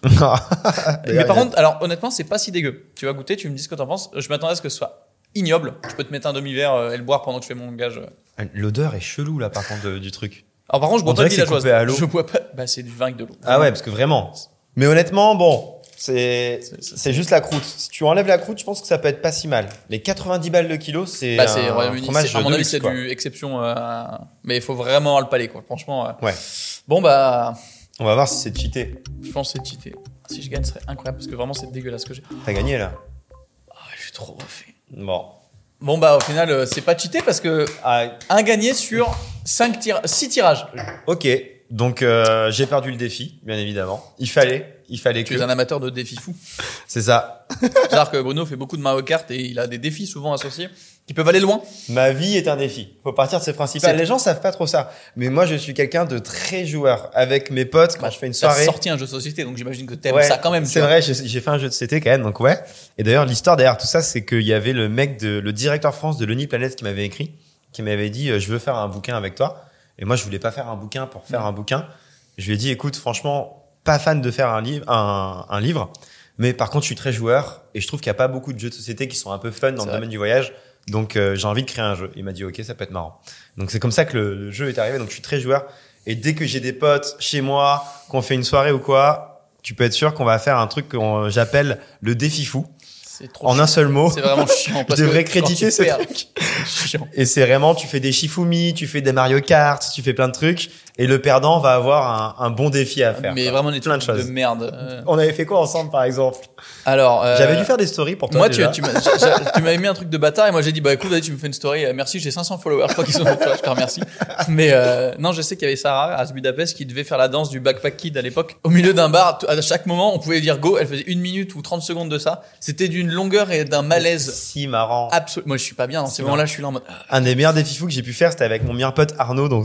Mais par contre, alors honnêtement, c'est pas si dégueu. Tu vas goûter, tu me dis ce que t'en penses. Je m'attendais à ce que ce soit ignoble. Je peux te mettre un demi-verre et le boire pendant que je fais mon gage. L'odeur est chelou là, par contre, du truc. Alors par contre, je bois pas de villageoise. Je bois pas. Bah c'est du vin avec de l'eau. Ah ouais, parce que vraiment. Mais honnêtement, bon, c'est juste la croûte. Si tu enlèves la croûte, je pense que ça peut être pas si mal. Les 90 balles le kilo, c'est un Royaume-Uni. fromage À mon avis, luxe, c'est quoi. du exception. Mais il faut vraiment avoir le palais, quoi. Franchement. Ouais. Bon bah. On va voir si c'est cheaté. Je pense que c'est cheaté. Si je gagne, ce serait incroyable parce que vraiment, c'est dégueulasse ce que j'ai. T'as gagné là. Je suis trop refait. Bon bah au final, c'est pas cheaté parce que un gagné sur 6 tirages. Ok. Donc j'ai perdu le défi, bien évidemment. Il fallait que... Tu es un amateur de défis fous. C'est ça. C'est-à-dire que Bruno fait beaucoup de Mario Kart et il a des défis souvent associés qui peuvent aller loin. Ma vie est un défi. Faut partir de ses principes. Les gens savent pas trop ça. Mais moi, je suis quelqu'un de très joueur. Avec mes potes, quand je fais une soirée... T'as sorti un jeu de société, donc j'imagine que t'aimes ça quand même. C'est vrai, j'ai fait un jeu de société quand même, donc ouais. Et d'ailleurs, l'histoire derrière tout ça, c'est qu'il y avait le directeur France de l'Uniplanet qui m'avait écrit, qui m'avait dit, je veux faire un bouquin avec toi. Et moi, je voulais pas faire un bouquin pour faire un bouquin. Je lui ai dit, écoute, franchement, pas fan de faire un livre, mais par contre, je suis très joueur et je trouve qu'il y a pas beaucoup de jeux de société qui sont un peu fun dans le domaine du voyage. Donc, j'ai envie de créer un jeu. Il m'a dit, ok, ça peut être marrant. Donc, c'est comme ça que le jeu est arrivé. Donc, je suis très joueur. Et dès que j'ai des potes chez moi, qu'on fait une soirée ou quoi, tu peux être sûr qu'on va faire un truc que j'appelle le défi fou. En un seul mot. C'est vraiment chiant. Je devrais créditer ce truc. Chiant. Et c'est vraiment, tu fais des Shifumi, tu fais des Mario Kart, tu fais plein de trucs. Et le perdant va avoir un bon défi à faire. Mais quoi. vraiment des plein de trucs choses. de merde. On avait fait quoi ensemble, par exemple? Alors, j'avais dû faire des stories pour toi. Moi, déjà. tu m'avais mis un truc de bâtard et moi j'ai dit, bah écoute, vas-y, tu me fais une story. Merci, j'ai 500 followers. Je crois qu'ils sont de toi. Je te remercie. Mais non, je sais qu'il y avait Sarah à Budapest qui devait faire la danse du Backpack Kid à l'époque. Au milieu d'un bar, à chaque moment, on pouvait dire go. Elle faisait 1 minute ou 30 secondes de ça. C'était d'une longueur et d'un malaise. Si marrant. Absolument. Moi, je suis pas bien dans ces moments-là. Je suis là en mode. Un des meilleurs défis fous que j'ai pu faire, c'était avec mon meilleur pote Arnaud. Donc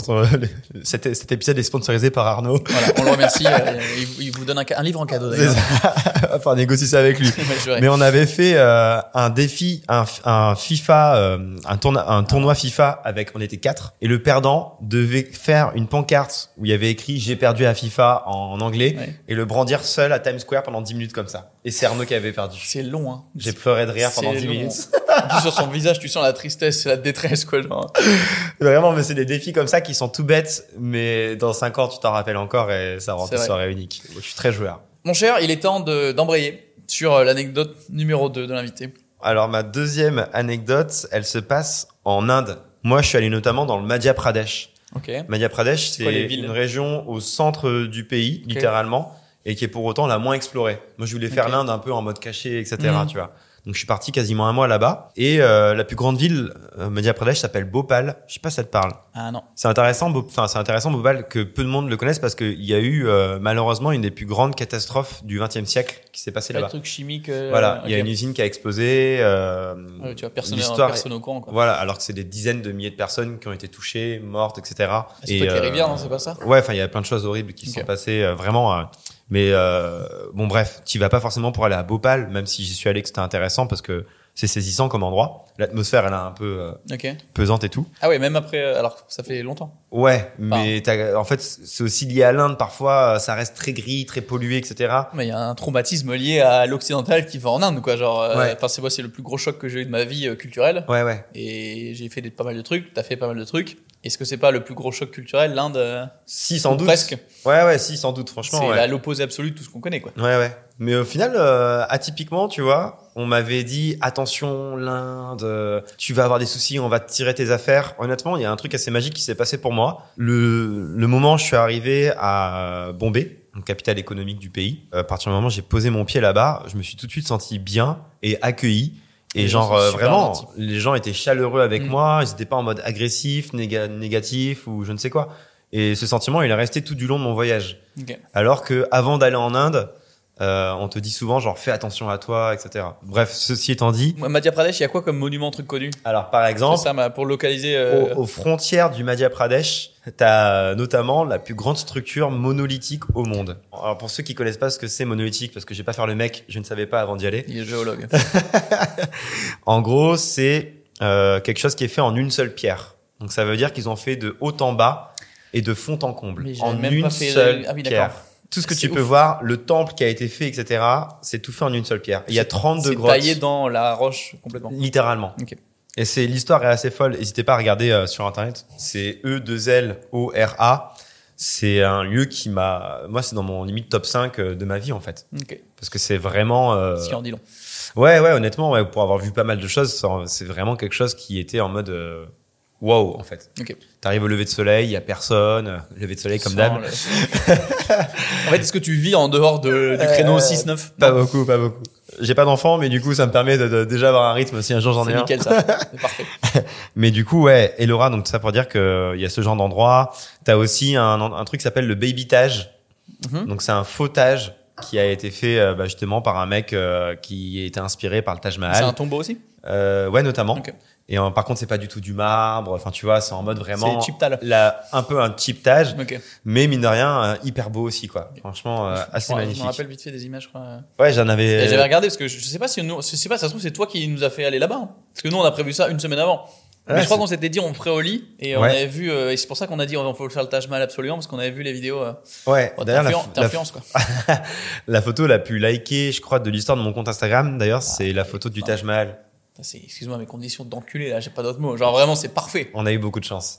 cet épisode est sponsorisé par Arnaud. Voilà, on le remercie. Il vous donne un livre en cadeau d'ailleurs. Enfin, négocier ça avec lui. Mais on avait fait un défi, un FIFA, un tournoi FIFA avec, on était 4, et le perdant devait faire une pancarte où il y avait écrit j'ai perdu à FIFA en anglais, et le brandir seul à Times Square pendant 10 minutes comme ça. Et c'est Arnaud qui avait perdu. C'est long, hein. J'ai pleuré de rire pendant 10 minutes. En plus, sur son visage, tu sens la tristesse et la détresse, quoi, genre. Vraiment, mais c'est des défis comme ça qui sont tout bêtes, mais dans 5 ans, tu t'en rappelles encore et ça rend tes soirées uniques. Je suis très joueur. Mon cher, il est temps d'embrayer sur l'anecdote numéro 2 de l'invité. Alors, ma deuxième anecdote, elle se passe en Inde. Moi, je suis allé notamment dans le Madhya Pradesh. Okay. Madhya Pradesh, c'est une région au centre du pays, littéralement, et qui est pour autant la moins explorée. Moi, je voulais faire l'Inde un peu en mode caché, etc., tu vois. Donc, je suis parti quasiment 1 mois là-bas. Et la plus grande ville, Madhya Pradesh, s'appelle Bhopal. Je sais pas si ça te parle. Ah non. C'est intéressant Bhopal, que peu de monde le connaisse parce qu'il y a eu malheureusement une des plus grandes catastrophes du XXe siècle qui s'est passée là-bas. Un truc chimique. Voilà, il y a une usine qui a explosé. Tu vois, personne au courant, quoi. Voilà, alors que c'est des dizaines de milliers de personnes qui ont été touchées, mortes, etc. C'est pas les rivières, non, c'est pas ça? Ouais, enfin, il y a plein de choses horribles qui se sont passées, vraiment. Mais bon, bref, tu vas pas forcément pour aller à Bhopal, même si j'y suis allé, que c'était intéressant parce que C'est saisissant comme endroit. L'atmosphère, elle est un peu pesante et tout. Ah ouais, même après, alors ça fait longtemps. Ouais, mais en fait, c'est aussi lié à l'Inde. Parfois, ça reste très gris, très pollué, etc. Mais il y a un traumatisme lié à l'occidental qui va en Inde, quoi. Genre, c'est le plus gros choc que j'ai eu de ma vie culturelle. Ouais. Et j'ai fait pas mal de trucs. T'as fait pas mal de trucs. Est-ce que c'est pas le plus gros choc culturel, l'Inde? Si, sans doute. Presque. Ouais, si, sans doute, franchement. C'est l'opposé absolu de tout ce qu'on connaît, quoi. Ouais. Mais au final, atypiquement, tu vois, on m'avait dit attention, l'Inde, tu vas avoir des soucis, on va te tirer tes affaires. Honnêtement, il y a un truc assez magique qui s'est passé pour moi. Le moment où je suis arrivé à Bombay, donc capitale économique du pays, à partir du moment où j'ai posé mon pied là-bas, je me suis tout de suite senti bien et accueilli. Et genre vraiment, gentil. Les gens étaient chaleureux avec moi, ils étaient pas en mode agressif, négatif ou je ne sais quoi. Et ce sentiment, il est resté tout du long de mon voyage. Okay. Alors que avant d'aller en Inde, on te dit souvent genre fais attention à toi, etc. Bref, ceci étant dit, Madhya Pradesh, il y a quoi comme monument, truc connu? Alors par exemple, ça, pour localiser aux frontières du Madhya Pradesh, t'as notamment la plus grande structure monolithique au monde. Alors pour ceux qui connaissent pas ce que c'est monolithique, parce que je vais pas faire le mec, je ne savais pas avant d'y aller. Il est géologue. En gros, c'est quelque chose qui est fait en une seule pierre. Donc ça veut dire qu'ils ont fait de haut en bas et de fond en comble en une seule pierre. Tout ce que tu peux voir, le temple qui a été fait, etc., c'est tout fait en une seule pierre. Il y a 32 grottes. C'est taillé dans la roche complètement. Littéralement. Okay. Et l'histoire est assez folle. N'hésitez pas à regarder sur Internet. C'est E2LORA. C'est un lieu qui moi, c'est dans mon limite top 5 de ma vie, en fait. Okay. Parce que c'est vraiment, ce qui en dit long. Ouais, honnêtement, pour avoir vu pas mal de choses, c'est vraiment quelque chose qui était en mode, wow, en fait. Okay. T'arrives au lever de soleil, il y a personne, lever de soleil comme d'hab. En fait, est-ce que tu vis en dehors du créneau 6-9? Pas beaucoup. J'ai pas d'enfant, mais du coup, ça me permet de déjà avoir un rythme si un jour j'en ai un. C'est nickel, ça. C'est parfait. Mais du coup, ouais, Ellora, donc tout ça pour dire que il y a ce genre d'endroit. T'as aussi un truc qui s'appelle le baby tage. Donc c'est un faux tage qui a été fait justement par un mec qui a été inspiré par le Taj Mahal. C'est un tombeau aussi? Ouais, notamment. Okay. Et par contre, c'est pas du tout du marbre. Enfin, tu vois, c'est en mode vraiment c'est cheap-tal. Un peu un cheap tage, okay. mais mine de rien, hyper beau aussi, quoi. Franchement, assez magnifique. Je me rappelle vite fait des images, je crois. Ouais, j'avais regardé parce que je sais pas ça se trouve c'est toi qui nous a fait aller là-bas. Hein. Parce que nous, on a prévu ça une semaine avant. Mais je crois qu'on s'était dit on ferait au lit et on avait vu et c'est pour ça qu'on a dit on faut faire le Taj Mahal absolument parce qu'on avait vu les vidéos. Ouais. D'ailleurs, t'influences quoi. La photo la plus likée, je crois, de l'histoire de mon compte Instagram. D'ailleurs, c'est la photo du Taj Mahal. Excuse-moi, mes conditions d'enculé, là, j'ai pas d'autres mots. Genre, vraiment, c'est parfait. On a eu beaucoup de chance.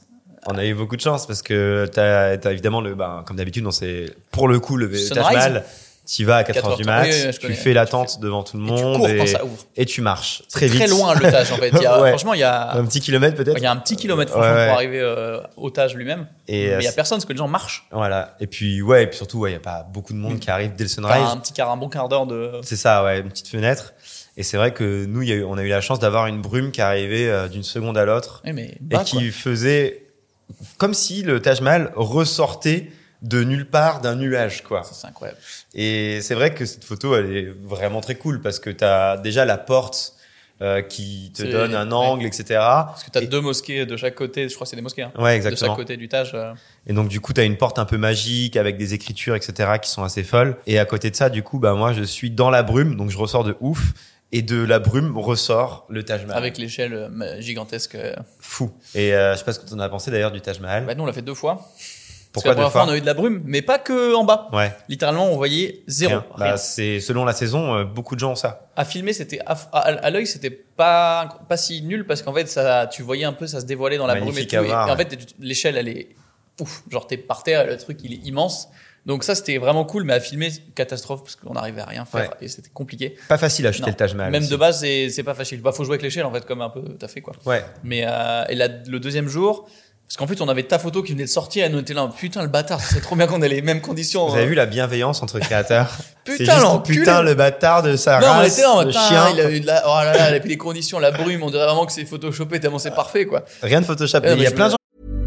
Parce que t'as évidemment comme d'habitude, c'est pour le coup, le Taj Mahal. Tu vas à 4h du mat, tu fais l'attente devant tout le monde tu cours quand ça ouvre. Et tu marches très vite. Très loin le Taj en fait. Franchement, il y a un petit kilomètre peut-être. Il y a un petit kilomètre franchement pour arriver au Taj lui-même. Mais il y a personne parce que les gens marchent. Voilà. Et puis surtout il y a pas beaucoup de monde qui arrive dès le sunrise. Un bon quart d'heure de. C'est ça, ouais, une petite fenêtre. Et c'est vrai que nous, on a eu la chance d'avoir une brume qui arrivait d'une seconde à l'autre et qui faisait comme si le Taj Mahal ressortait de nulle part d'un nuage, quoi. C'est incroyable. Et c'est vrai que cette photo, elle est vraiment très cool parce que t'as déjà la porte qui te donne un angle, etc. Parce que t'as deux mosquées de chaque côté. Je crois que c'est des mosquées. Hein, ouais, exactement. De chaque côté du Taj. Et donc du coup, t'as une porte un peu magique avec des écritures, etc. qui sont assez folles. Et à côté de ça, du coup, moi, je suis dans la brume, donc je ressors de ouf. Et de la brume ressort le Taj Mahal. Avec l'échelle gigantesque. Fou. Et je sais pas ce que t'en as pensé d'ailleurs du Taj Mahal. Nous, on l'a fait 2 fois. Pourquoi Parce que la première fois, on a eu de la brume, mais pas que en bas. Ouais. Littéralement, on voyait zéro. Rien. C'est selon la saison, beaucoup de gens ont ça. À filmer, c'était à l'œil, c'était pas si nul parce qu'en fait, tu voyais un peu, ça se dévoilait dans la brume et tout. Et en fait, l'échelle, elle est ouf. Genre, t'es par terre, le truc, il est immense. Donc ça, c'était vraiment cool, mais à filmer, catastrophe parce qu'on n'arrivait à rien faire et c'était compliqué. Pas facile à acheter le Taj Mahal. Même aussi. De base, c'est pas facile. Faut jouer avec l'échelle en fait, comme un peu t'as fait quoi. Ouais. Mais le deuxième jour. Parce qu'en fait, on avait ta photo qui venait de sortir et nous on était là, putain, le bâtard, c'est trop bien qu'on ait les mêmes conditions. Vous avez vu la bienveillance entre créateurs? Putain, l'enculé. Putain, le bâtard de sa race. Non, on était là, le chien. Il a eu oh là là, et puis les conditions, la brume, on dirait vraiment que c'est photoshopé tellement c'est parfait, quoi. Rien de Photoshop. Il y a plein de gens.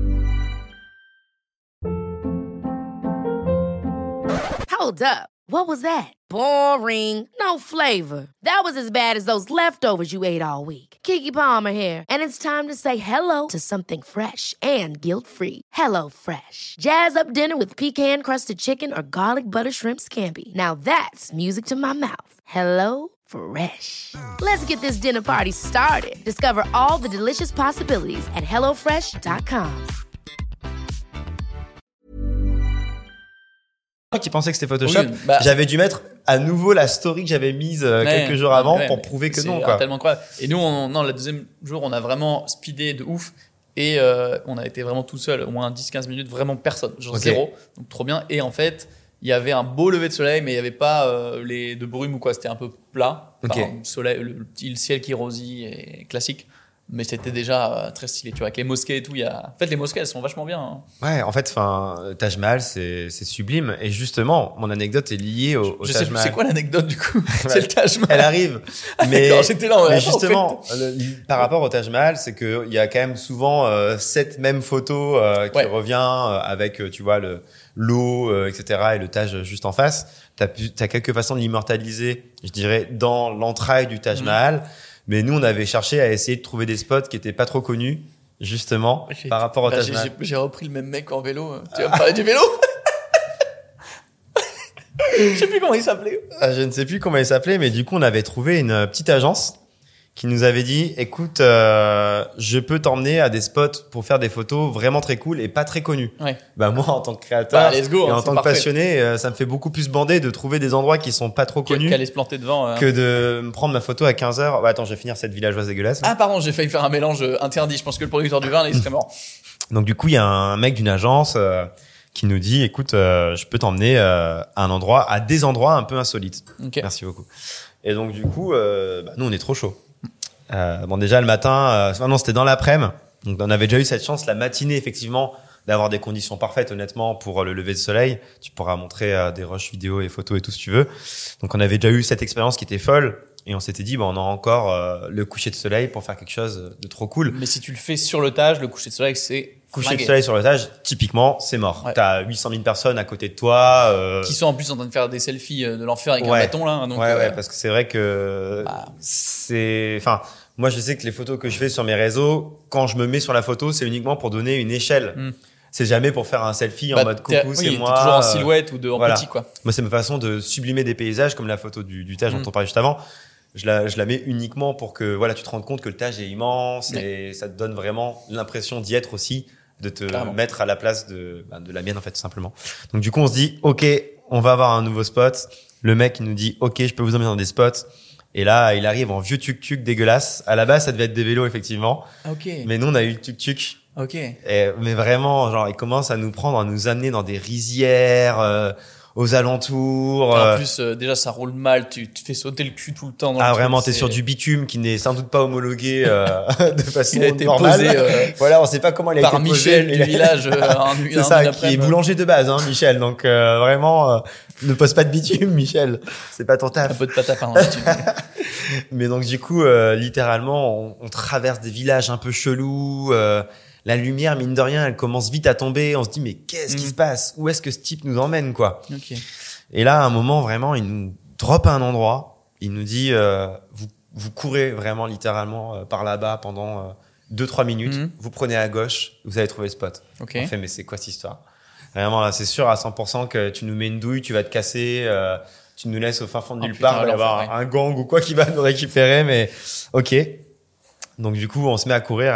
Hold up. What was that? Boring. No flavor. That was as bad as those leftovers you ate all week. Keke Palmer here, and it's time to say hello to something fresh and guilt-free. Hello Fresh. Jazz up dinner with pecan-crusted chicken or garlic butter shrimp scampi. Now that's music to my mouth. Hello Fresh. Let's get this dinner party started. Discover all the delicious possibilities at hellofresh.com. Qui pensait que c'était Photoshop, j'avais dû mettre à nouveau la story que j'avais mise quelques jours avant pour prouver que non, quoi. C'est tellement incroyable. Et nous, le deuxième jour, on a vraiment speedé de ouf. Et on a été vraiment tout seul, au moins 10-15 minutes, vraiment personne, zéro. Donc trop bien. Et en fait, il y avait un beau lever de soleil, mais il n'y avait pas de brume ou quoi. C'était un peu plat. Soleil, le ciel qui rosit et classique. Mais c'était déjà très stylé, tu vois, avec les mosquées et tout. En fait, les mosquées, elles sont vachement bien. Hein. Ouais, en fait, Taj Mahal, c'est sublime. Et justement, mon anecdote est liée au Taj Mahal. C'est quoi l'anecdote, du coup? C'est le Taj Mahal. Elle arrive. Mais, j'étais là, mais justement, par rapport au Taj Mahal, c'est qu'il y a quand même souvent cette même photo qui revient avec, tu vois, l'eau, etc. et le Taj juste en face. T'as quelques façons de l'immortaliser, je dirais, dans l'entraille du Taj Mahal. Mais nous, on avait cherché à essayer de trouver des spots qui étaient pas trop connus, justement, par rapport au Taj Mahal. J'ai repris le même mec en vélo. Tu vas me parler du vélo? Je sais plus comment il s'appelait. Je ne sais plus comment il s'appelait, mais du coup, on avait trouvé une petite agence qui nous avait dit, écoute, je peux t'emmener à des spots pour faire des photos vraiment très cool et pas très connus. Ouais. Bah, moi, en tant que créateur let's go, et en tant que passionné, ça me fait beaucoup plus bander de trouver des endroits qui sont pas trop connus. Qu'aller se planter devant. Que de me prendre ma photo à 15h. Attends, je vais finir cette villageoise dégueulasse. Ah, pardon, j'ai failli faire un mélange interdit. Je pense que le producteur du vin, là, il serait mort. Donc, du coup, il y a un mec d'une agence, qui nous dit, écoute, je peux t'emmener à des endroits un peu insolites. Okay. Merci beaucoup. Et donc, du coup, nous, on est trop chaud. Déjà le matin, non, c'était dans l'après-midi. Donc on avait déjà eu cette chance la matinée effectivement d'avoir des conditions parfaites honnêtement pour le lever de soleil. Tu pourras montrer des rushs vidéo et photos et tout si tu veux. Donc on avait déjà eu cette expérience qui était folle et on s'était dit on a encore le coucher de soleil pour faire quelque chose de trop cool. Mais si tu le fais sur le Taj, le coucher de soleil c'est coucher de soleil sur le Taj, typiquement, c'est mort. Ouais. T'as 800 000 personnes à côté de toi. Qui sont en plus en train de faire des selfies de l'enfer avec un bâton, là. Donc, ouais, parce que c'est vrai que moi, je sais que les photos que je fais sur mes réseaux, quand je me mets sur la photo, c'est uniquement pour donner une échelle. C'est jamais pour faire un selfie en mode coucou, c'est moi. T'es toujours en silhouette ou en petit, quoi. Moi, c'est ma façon de sublimer des paysages, comme la photo du Taj dont on parlait juste avant. Je la mets uniquement pour que, tu te rendes compte que le Taj est immense et ça te donne vraiment l'impression d'y être aussi, de te mettre à la place de la mienne, en fait, tout simplement. Donc, du coup, on se dit, OK, on va avoir un nouveau spot. Le mec, il nous dit, OK, je peux vous emmener dans des spots. Et là, il arrive en vieux tuk-tuk dégueulasse. À la base, ça devait être des vélos, effectivement. Okay. Mais nous, on a eu le tuk-tuk. Ok. Mais vraiment, genre, il commence à nous amener dans des rizières, aux alentours. En plus, déjà, ça roule mal. Tu te fais sauter le cul tout le temps. Vraiment, t'es sur du bitume qui n'est sans doute pas homologué de façon normale. Il a été posé, on sait pas comment il a été posé. Par Michel du village. C'est ça, qui est boulanger de base, Michel. Donc vraiment, ne pose pas de bitume, Michel. C'est pas ton taf. Un peu de pâte à pain dans le bitume. Mais donc du coup, littéralement, on traverse des villages un peu chelous. La lumière, mine de rien, elle commence vite à tomber. On se dit, mais qu'est-ce qui se passe? Où est-ce que ce type nous emmène, quoi? Okay. Et là, à un moment, vraiment, il nous drop à un endroit. Il nous dit, vous courez vraiment littéralement par là-bas pendant 2-3 minutes. Vous prenez à gauche, vous allez trouver le spot. Okay. On fait, mais c'est quoi cette histoire? Vraiment, là, c'est sûr à 100% que tu nous mets une douille, tu vas te casser, tu nous laisses au fin fond de nulle part. Il va y avoir un gang ou quoi qui va nous récupérer, mais OK. Donc, du coup, on se met à courir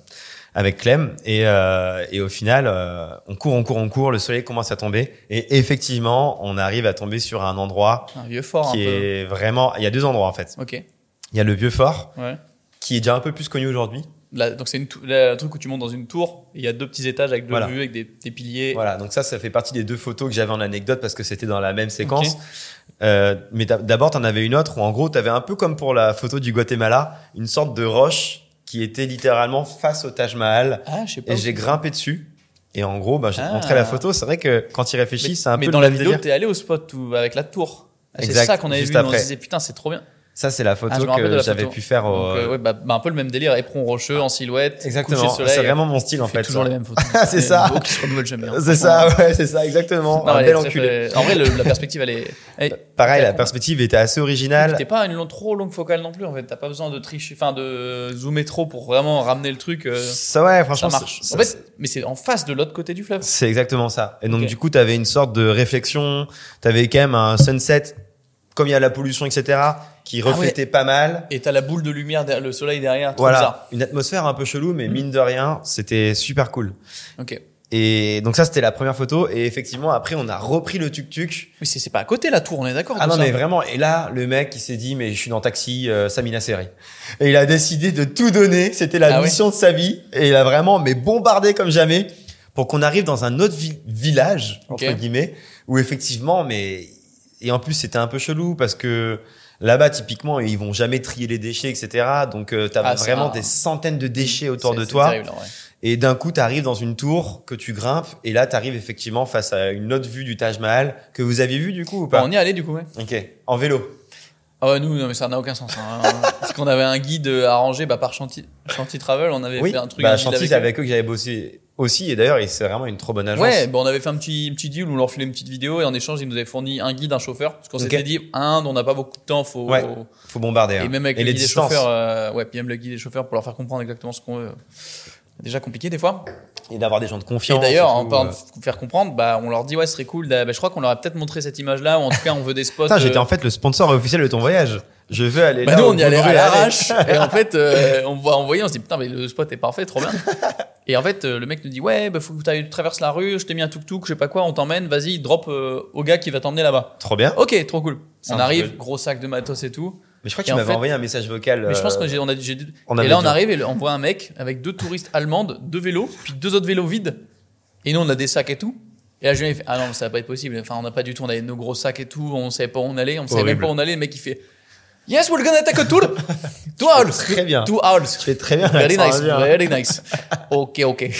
avec Clem et au final on court, le soleil commence à tomber et effectivement on arrive à tomber sur un endroit un vieux fort qui est vraiment, il y a 2 endroits en fait. OK. Il y a le vieux fort qui est déjà un peu plus connu aujourd'hui. Là, donc c'est un truc où tu montes dans une tour, il y a 2 petits étages avec 2 vues avec des piliers. Voilà, donc ça fait partie des 2 photos que j'avais en anecdote parce que c'était dans la même séquence. Okay. Mais d'abord t'en avais une autre où en gros t'avais un peu comme pour la photo du Guatemala, une sorte de roche qui était littéralement face au Taj Mahal. Ah, je sais pas. Et j'ai grimpé dessus. Et en gros, j'ai montré la photo. C'est vrai que quand il réfléchit, c'est un peu. Mais dans la vidéo, t'es allé au spot avec la tour. C'est ça qu'on avait vu. On se disait putain, c'est trop bien. Ça, c'est la photo que j'avais pu faire au... Donc, un peu le même délire, éperon rocheux en silhouette. Exactement. C'est vraiment mon style, en fait. Toujours les mêmes photos. C'est ça. Qui se renouvellent jamais. C'est ça, ouais, c'est ça, exactement. Un bel enculé. En vrai, la perspective, elle est... Pareil, la perspective était assez originale. C'était pas une trop longue focale non plus, en fait. T'as pas besoin de tricher, de zoomer trop pour vraiment ramener le truc. Ça, ouais, franchement. Ça marche. En fait, mais c'est en face de l'autre côté du fleuve. C'est exactement ça. Et donc, du coup, t'avais une sorte de réflexion. T'avais quand même un sunset comme il y a la pollution, etc., qui reflétait pas mal. Et t'as la boule de lumière, le soleil derrière. Voilà, bizarre. une atmosphère un peu chelou, mais mine de rien, c'était super cool. Ok. Et donc ça, c'était la première photo. Et effectivement, après, on a repris le tuk-tuk. Oui, c'est pas à côté la tour, on est d'accord. Ah non, mais vraiment. Et là, le mec, il s'est dit, mais je suis dans Taxi, Samina Seri. Et il a décidé de tout donner. C'était la mission de sa vie. Et il a vraiment, mais bombardé comme jamais pour qu'on arrive dans un autre village, entre guillemets, où effectivement, et en plus, c'était un peu chelou parce que là-bas, typiquement, ils vont jamais trier les déchets, etc. Donc, t'as vraiment des centaines de déchets autour de toi. Terrible, ouais. Et d'un coup, tu arrives dans une tour que tu grimpes et là, tu arrives effectivement face à une autre vue du Taj Mahal que vous aviez vu du coup ou pas? On y est allé du coup, ouais. Ok. En vélo? Ah ouais, nous, non, mais ça n'a aucun sens. Hein. Parce qu'on avait un guide arrangé par Chanty Travel, on avait fait un truc. Chanty, c'est avec eux que j'avais bossé aussi et d'ailleurs, c'est vraiment une trop bonne agence. Ouais, on avait fait un petit deal où on leur filait une petite vidéo et en échange, ils nous avaient fourni un guide, un chauffeur. Parce qu'on s'était dit, on n'a pas beaucoup de temps, faut bombarder. Et même avec le guide des chauffeurs, puis même le guide des chauffeurs pour leur faire comprendre exactement ce qu'on veut. Déjà compliqué des fois. Et d'avoir des gens de confiance. Et d'ailleurs, en parlant de faire comprendre, on leur dit, ce serait cool. Je crois qu'on leur a peut-être montré cette image-là, ou en tout cas, on veut des spots. J'étais en fait le sponsor officiel de ton voyage. Je veux aller là. Nous, on y allait à l'arrache. Et en fait, on voit envoyer, on se dit, putain, mais le spot est parfait, trop bien. Et en fait, le mec nous dit, faut que tu traverses la rue, je t'ai mis un tuk-tuk, je sais pas quoi, on t'emmène, vas-y, drop au gars qui va t'emmener là-bas. Trop bien. Ok, trop cool. On arrive, gros sac de matos et tout. Mais je crois que tu m'avais envoyé un message vocal. Mais je pense qu'on a dit. Et là, on arrive et on voit un mec avec 2 touristes allemandes, 2 vélos, puis 2 autres vélos vides. Et nous, on a des sacs et tout. Et là, Julien, il fait, ah non, ça va pas être possible. Enfin, on n'a pas du tout, on avait nos gros sacs et tout, on savait pas où on allait, on savait même pas où on allait. Le mec, il fait, yes, we're gonna take a tour. 2 hours. Très bien. 2 hours. Tu fais très bien. Very nice, very nice. Ok.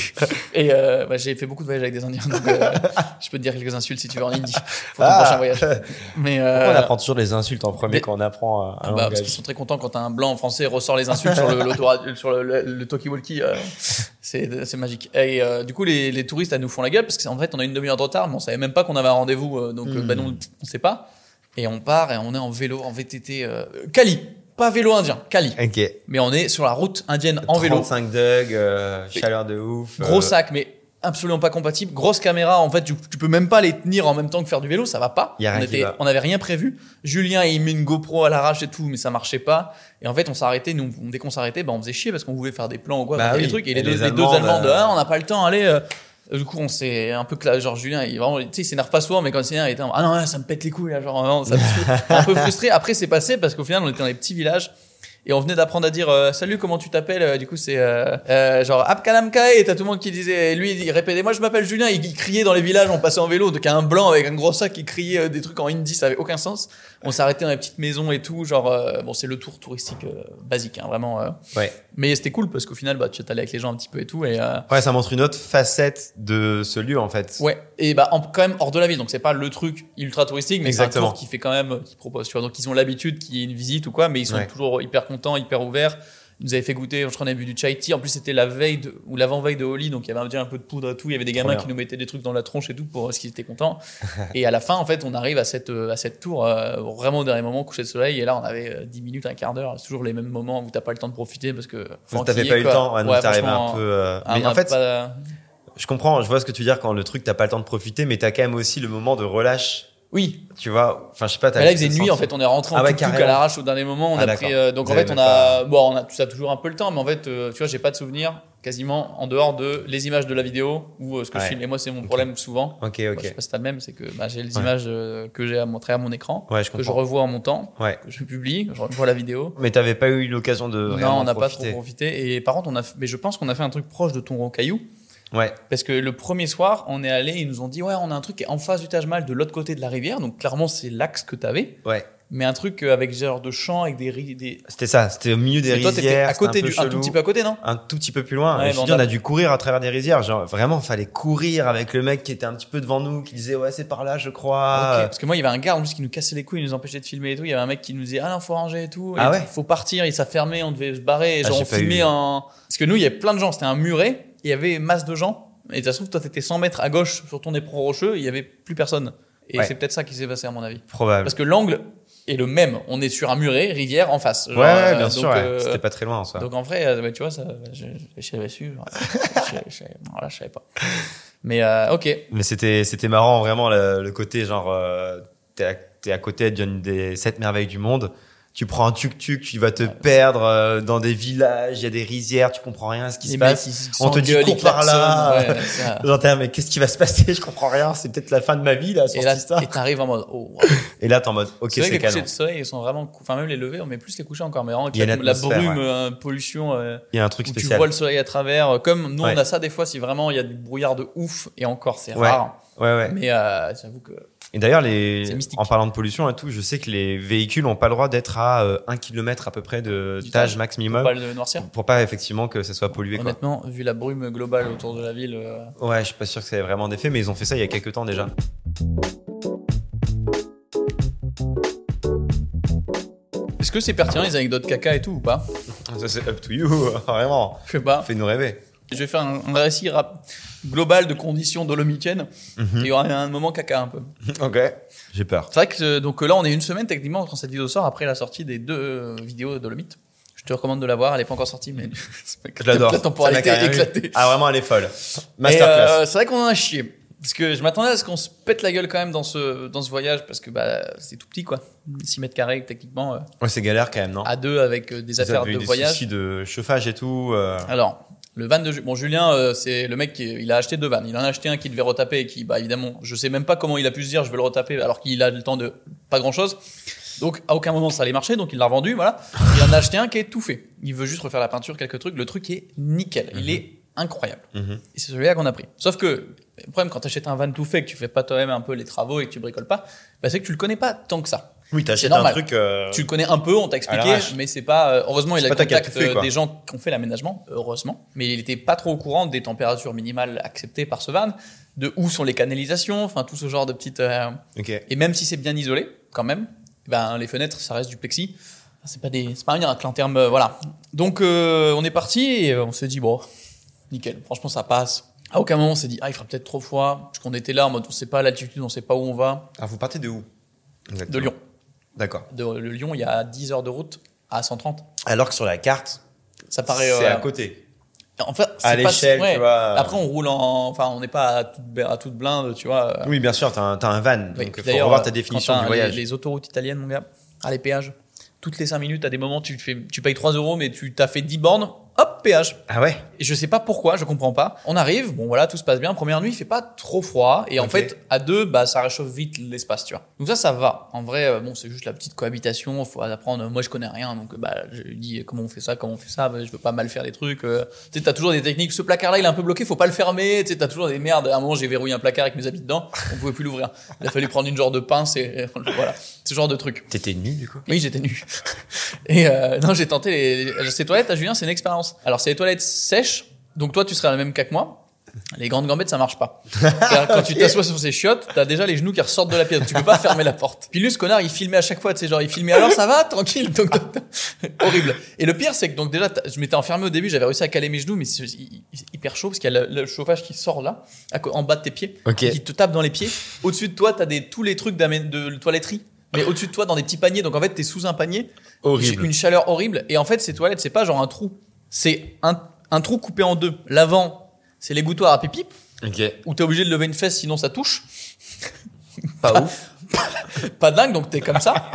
Et j'ai fait beaucoup de voyages avec des Indiens, donc je peux te dire quelques insultes si tu veux en hindi pour ton prochain voyage. Mais pourquoi on apprend toujours les insultes en premier quand on apprend un langage? Parce qu'ils sont très contents quand un blanc français ressort les insultes sur le talkie-walkie. C'est magique. Et du coup, les touristes, elles nous font la gueule parce qu'en fait, on a une demi-heure de retard, mais on savait même pas qu'on avait un rendez-vous, donc non, on sait pas. Et on part et on est en vélo, en VTT, Cali. Pas vélo indien, Cali. Ok. Mais on est sur la route indienne en vélo. 35 Doug, chaleur de ouf. Gros sac, mais absolument pas compatible. Grosse caméra, en fait, tu peux même pas les tenir en même temps que faire du vélo, ça va pas. On avait rien prévu. Julien, il met une GoPro à l'arrache et tout, mais ça marchait pas. Et en fait, on s'arrêtait, nous, dès qu'on s'arrêtait, on faisait chier parce qu'on voulait faire des plans ou quoi, des trucs. Et les deux Allemands on n'a pas le temps, allez. Du coup, on s'est un peu genre Julien, il s'énerve pas souvent, mais quand il était non, ça me pète les couilles, là, genre, non, ça me un peu frustré. Après, c'est passé parce qu'au final, on était dans les petits villages. Et on venait d'apprendre à dire salut, comment tu t'appelles? Du coup, c'est genre Apkalamka, et t'as tout le monde qui disait, et lui il répétait moi je m'appelle Julien. Il criait dans les villages, on passait en vélo, donc un blanc avec un gros sac qui criait des trucs en hindi, ça avait aucun sens. On s'arrêtait dans les petites maisons et tout, genre c'est le tour touristique basique, hein, vraiment. Ouais. Mais c'était cool parce qu'au final tu allais avec les gens un petit peu et tout et ça montre une autre facette de ce lieu en fait. Ouais. Et quand même hors de la ville, donc c'est pas le truc ultra touristique, mais exactement. C'est un tour qui fait quand même, qui propose, tu vois. Donc ils ont l'habitude qu'il y ait une visite ou quoi, mais ils sont toujours hyper contents, hyper ouverts. Ils nous avaient fait goûter, je crois qu'on avait bu du chai tea. En plus, c'était la veille ou l'avant-veille de Holi, donc il y avait un peu de poudre et tout. Il y avait des gamins qui nous mettaient des trucs dans la tronche et tout pour ce qu'ils étaient contents. Et à la fin, en fait, on arrive à cette tour, vraiment au dernier moment, coucher de soleil. Et là, on avait 10 minutes, un quart d'heure. C'est toujours les mêmes moments où t'as pas le temps de profiter parce que. T'avais pas eu le temps, donc t'arrivais un peu. Mais en fait, je comprends, je vois ce que tu veux dire quand le truc t'as pas le temps de profiter, mais t'as quand même aussi le moment de relâche. Oui. Tu vois, enfin, je sais pas, là, il faisait nuit, en fait, on est rentré en tuk-tuk à l'arrache au dernier moment, on a pris, donc en fait, on a toujours un peu le temps, mais en fait, tu vois, j'ai pas de souvenir quasiment en dehors de les images de la vidéo ou ce que je filme. Et moi, c'est mon problème souvent. Ok. Moi, je sais pas si t'as le même, c'est que, j'ai les images que j'ai à montrer à mon écran, que je revois en montant, que je publie, je revois la vidéo. Mais t'avais pas eu l'occasion de vraiment Non, on n'a pas trop profité. Et par contre, mais je pense qu'on a fait un truc proche de ton caillou. Ouais. Parce que le premier soir, on est allé, ils nous ont dit, on a un truc qui est en face du Taj Mahal, de l'autre côté de la rivière. Donc, clairement, c'est l'axe que t'avais. Ouais. Mais un truc avec genre de champs, avec des... C'était ça, c'était au milieu des rizières. Toi, t'étais à côté un tout petit peu à côté, non? Un tout petit peu plus loin. Ouais, je me suis dit, on a dû courir à travers des rizières. Genre, vraiment, fallait courir avec le mec qui était un petit peu devant nous, qui disait, c'est par là, je crois. Okay. Parce que moi, il y avait un gars, en plus, qui nous cassait les couilles, il nous empêchait de filmer et tout. Il y avait un mec qui nous disait, non, faut ranger et tout. Ah ouais? Faut partir, et ça fermait, on devait se barrer. Et genre, on filmait parce que nous, il y avait plein de gens, c'était un muret, il y avait masse de gens. Et ça se trouve, toi, t'étais 100 mètres à gauche sur ton éperon rocheux, il y avait plus personne. Et c'est peut-être ça qui s'est passé, à mon avis. Probable. Parce que l'angle est le même. On est sur un muret, rivière en face. Genre, bien sûr. C'était pas très loin, ça. Donc, en vrai, tu vois, ça, j'avais su. Voilà, je savais pas. Mais, ok. Mais c'était marrant, vraiment, le côté, genre, t'es t'es à côté d'une des 7 merveilles du monde. Tu prends un tuk-tuk, tu vas te perdre dans des villages, il y a des rizières, tu comprends rien à ce qui se passe. On te dit cours par là. Mais qu'est-ce qui va se passer? Je comprends rien. C'est peut-être la fin de ma vie là sur cette histoire. Et t'arrives en mode oh. Wow. Et là t'es en mode ok, c'est canon. Les couchers de soleil ils sont vraiment, enfin même les levées, mais plus les couchers encore. Mais vraiment, la brume, pollution. Il y a un truc spécial. Tu vois le soleil à travers. Comme nous on a ça des fois si vraiment il y a du brouillard de ouf et encore c'est rare. Ouais. Mais j'avoue que. Et d'ailleurs, en parlant de pollution et tout, je sais que les véhicules n'ont pas le droit d'être à 1 km à peu près de tage max minimum. Pour pas le noircir. Pour pas effectivement que ça soit pollué. Honnêtement, vu la brume globale autour de la ville. Ouais, je suis pas sûr que ça ait vraiment d'effet, mais ils ont fait ça il y a quelques temps déjà. Est-ce que c'est pertinent les anecdotes caca et tout ou pas? Ça c'est up to you, vraiment. Je sais pas. Fais-nous rêver. Je vais faire un récit global de conditions dolomitiennes. Et il y aura un moment caca un peu. Ok. J'ai peur. C'est vrai que donc là, on est une semaine techniquement quand cette vidéo sort après la sortie des 2 vidéos Dolomites. Je te recommande de la voir. Elle est pas encore sortie, mais je l'adore. La temporalité est éclatée. Ah vraiment, elle est folle. Masterclass. C'est vrai qu'on en a chié. Parce que je m'attendais à ce qu'on se pète la gueule quand même dans ce voyage parce que c'est tout petit quoi. 6 mètres carrés techniquement. Ouais, c'est galère quand même, non? À 2 avec des affaires de voyage. Des soucis de chauffage et tout. Alors. Le van de Julien, c'est le mec il a acheté 2 vannes. Il en a acheté un qui devait retaper et qui, évidemment, je sais même pas comment il a pu se dire je vais le retaper alors qu'il a le temps de pas grand chose. Donc, à aucun moment ça allait marcher, donc il l'a revendu, voilà. Il en a acheté un qui est tout fait. Il veut juste refaire la peinture, quelques trucs. Le truc est nickel. Il est incroyable. Et c'est celui-là qu'on a pris. Sauf que, le problème quand t'achètes un van tout fait, que tu fais pas toi-même un peu les travaux et que tu bricoles pas, c'est que tu le connais pas tant que ça. Oui, t'achètes un truc. Tu le connais un peu, on t'a expliqué, mais c'est pas. Heureusement, il a le contact des gens qui ont fait l'aménagement, heureusement. Mais il était pas trop au courant des températures minimales acceptées par ce van, de où sont les canalisations, enfin tout ce genre de petites. Et même si c'est bien isolé, quand même, les fenêtres, ça reste du plexi. C'est pas un miracle en termes, voilà. Donc on est parti et on s'est dit bon, nickel. Franchement, ça passe. À aucun moment on s'est dit il fera peut-être trop froid, parce qu'on était là en mode on sait pas l'altitude, on sait pas où on va. Ah, vous partez de où? Exactement. De Lyon. D'accord. Le Lyon, il y a 10 heures de route à 130. Alors que sur la carte, ça paraît. C'est à côté. En fait, c'est à l'échelle, tu vois. Après, on roule on n'est pas à toute blinde, tu vois. Oui, bien sûr, t'as un van. Donc, il faut revoir ta définition du voyage. Les autoroutes italiennes, mon gars, les péages. Toutes les 5 minutes, à des moments, tu payes 3 €, mais tu t'as fait 10 bornes. Hop, péage. Ah ouais? Et je sais pas pourquoi, je comprends pas. On arrive, bon voilà, tout se passe bien. Première nuit, il fait pas trop froid. Et en fait, à 2, ça réchauffe vite l'espace, tu vois. Donc ça va. En vrai, c'est juste la petite cohabitation. Faut apprendre. Moi, je connais rien. Donc, je lui dis comment on fait ça. Je veux pas mal faire des trucs. Tu sais, t'as toujours des techniques. Ce placard-là, il est un peu bloqué. Faut pas le fermer. Tu sais, t'as toujours des merdes. À un moment, j'ai verrouillé un placard avec mes habits dedans. On pouvait plus l'ouvrir. Il a fallu prendre une genre de pince et voilà. Ce genre de truc. T'étais nu, du coup? Oui, j'étais nu. Et non, j'ai tenté ces toilettes à Julien, c'est une expérience. Alors, c'est les toilettes sèches. Donc, toi, tu seras la même cas que moi. Les grandes gambettes, ça marche pas. Quand tu t'assois sur ces chiottes, t'as déjà les genoux qui ressortent de la pièce. Tu peux pas fermer la porte. Puis lui, ce connard, il filmait à chaque fois, tu sais, genre, il filmait alors ça va, tranquille. Donc, horrible. Et le pire, c'est que donc déjà, je m'étais enfermé au début, j'avais réussi à caler mes genoux, mais c'est hyper chaud parce qu'il y a le chauffage qui sort là, en bas de tes pieds, qui te tape dans les pieds. Au-dessus de toi, t'as tous les trucs de toiletterie. Mais au-dessus de toi, dans des petits paniers. Donc, en fait, t'es sous un panier. Horrible. Une chaleur horrible. Et en fait, ces toilettes, c'est pas genre un trou. C'est un trou coupé en 2. L'avant, c'est l'égouttoir à pipi. Où t'es obligé de lever une fesse, sinon ça touche. Pas ouf. Pas dingue, donc t'es comme ça.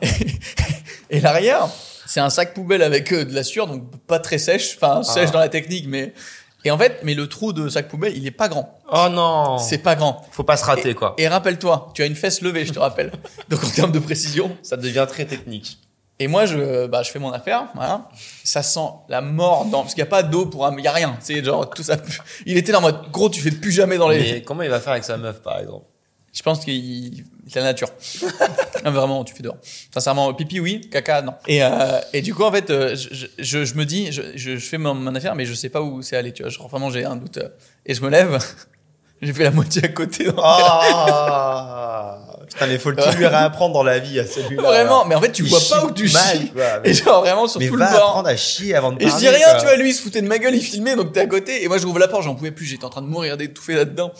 Et l'arrière, c'est un sac poubelle avec de la sueur, donc pas très sèche. Enfin, sèche dans la technique, mais... Et en fait, le trou de sac poubelle, il est pas grand. Oh non! C'est pas grand. Faut pas se rater, quoi. Et rappelle-toi, tu as une fesse levée, je te rappelle. Donc, en termes de précision. Ça devient très technique. Et moi, je fais mon affaire, voilà. Ça sent la mort parce qu'il y a pas d'eau il y a rien. C'est genre, tout ça pue. Il était là en mode, gros, tu fais plus jamais dans les... Mais comment il va faire avec sa meuf, par exemple? Je pense qu'il c'est la nature. Non, vraiment, tu fais dehors. Sincèrement, pipi, oui, caca, non. Et du coup, en fait, je me dis, je fais mon affaire, mais je sais pas où c'est allé, tu vois. Genre, vraiment, j'ai un doute. Et je me lève. J'ai fait la moitié à côté. Putain, mais faut tout lui réapprendre dans la vie à celui-là. Vraiment, mais en fait, tu vois pas où tu chies. Et genre, vraiment, sur tout le bord. Mais va apprendre à chier avant de parler. Et je dis rien, tu vois, lui, il se foutait de ma gueule, il filmait, donc t'es à côté. Et moi, je rouvre la porte, j'en pouvais plus, j'étais en train de mourir d'étouffer là-dedans.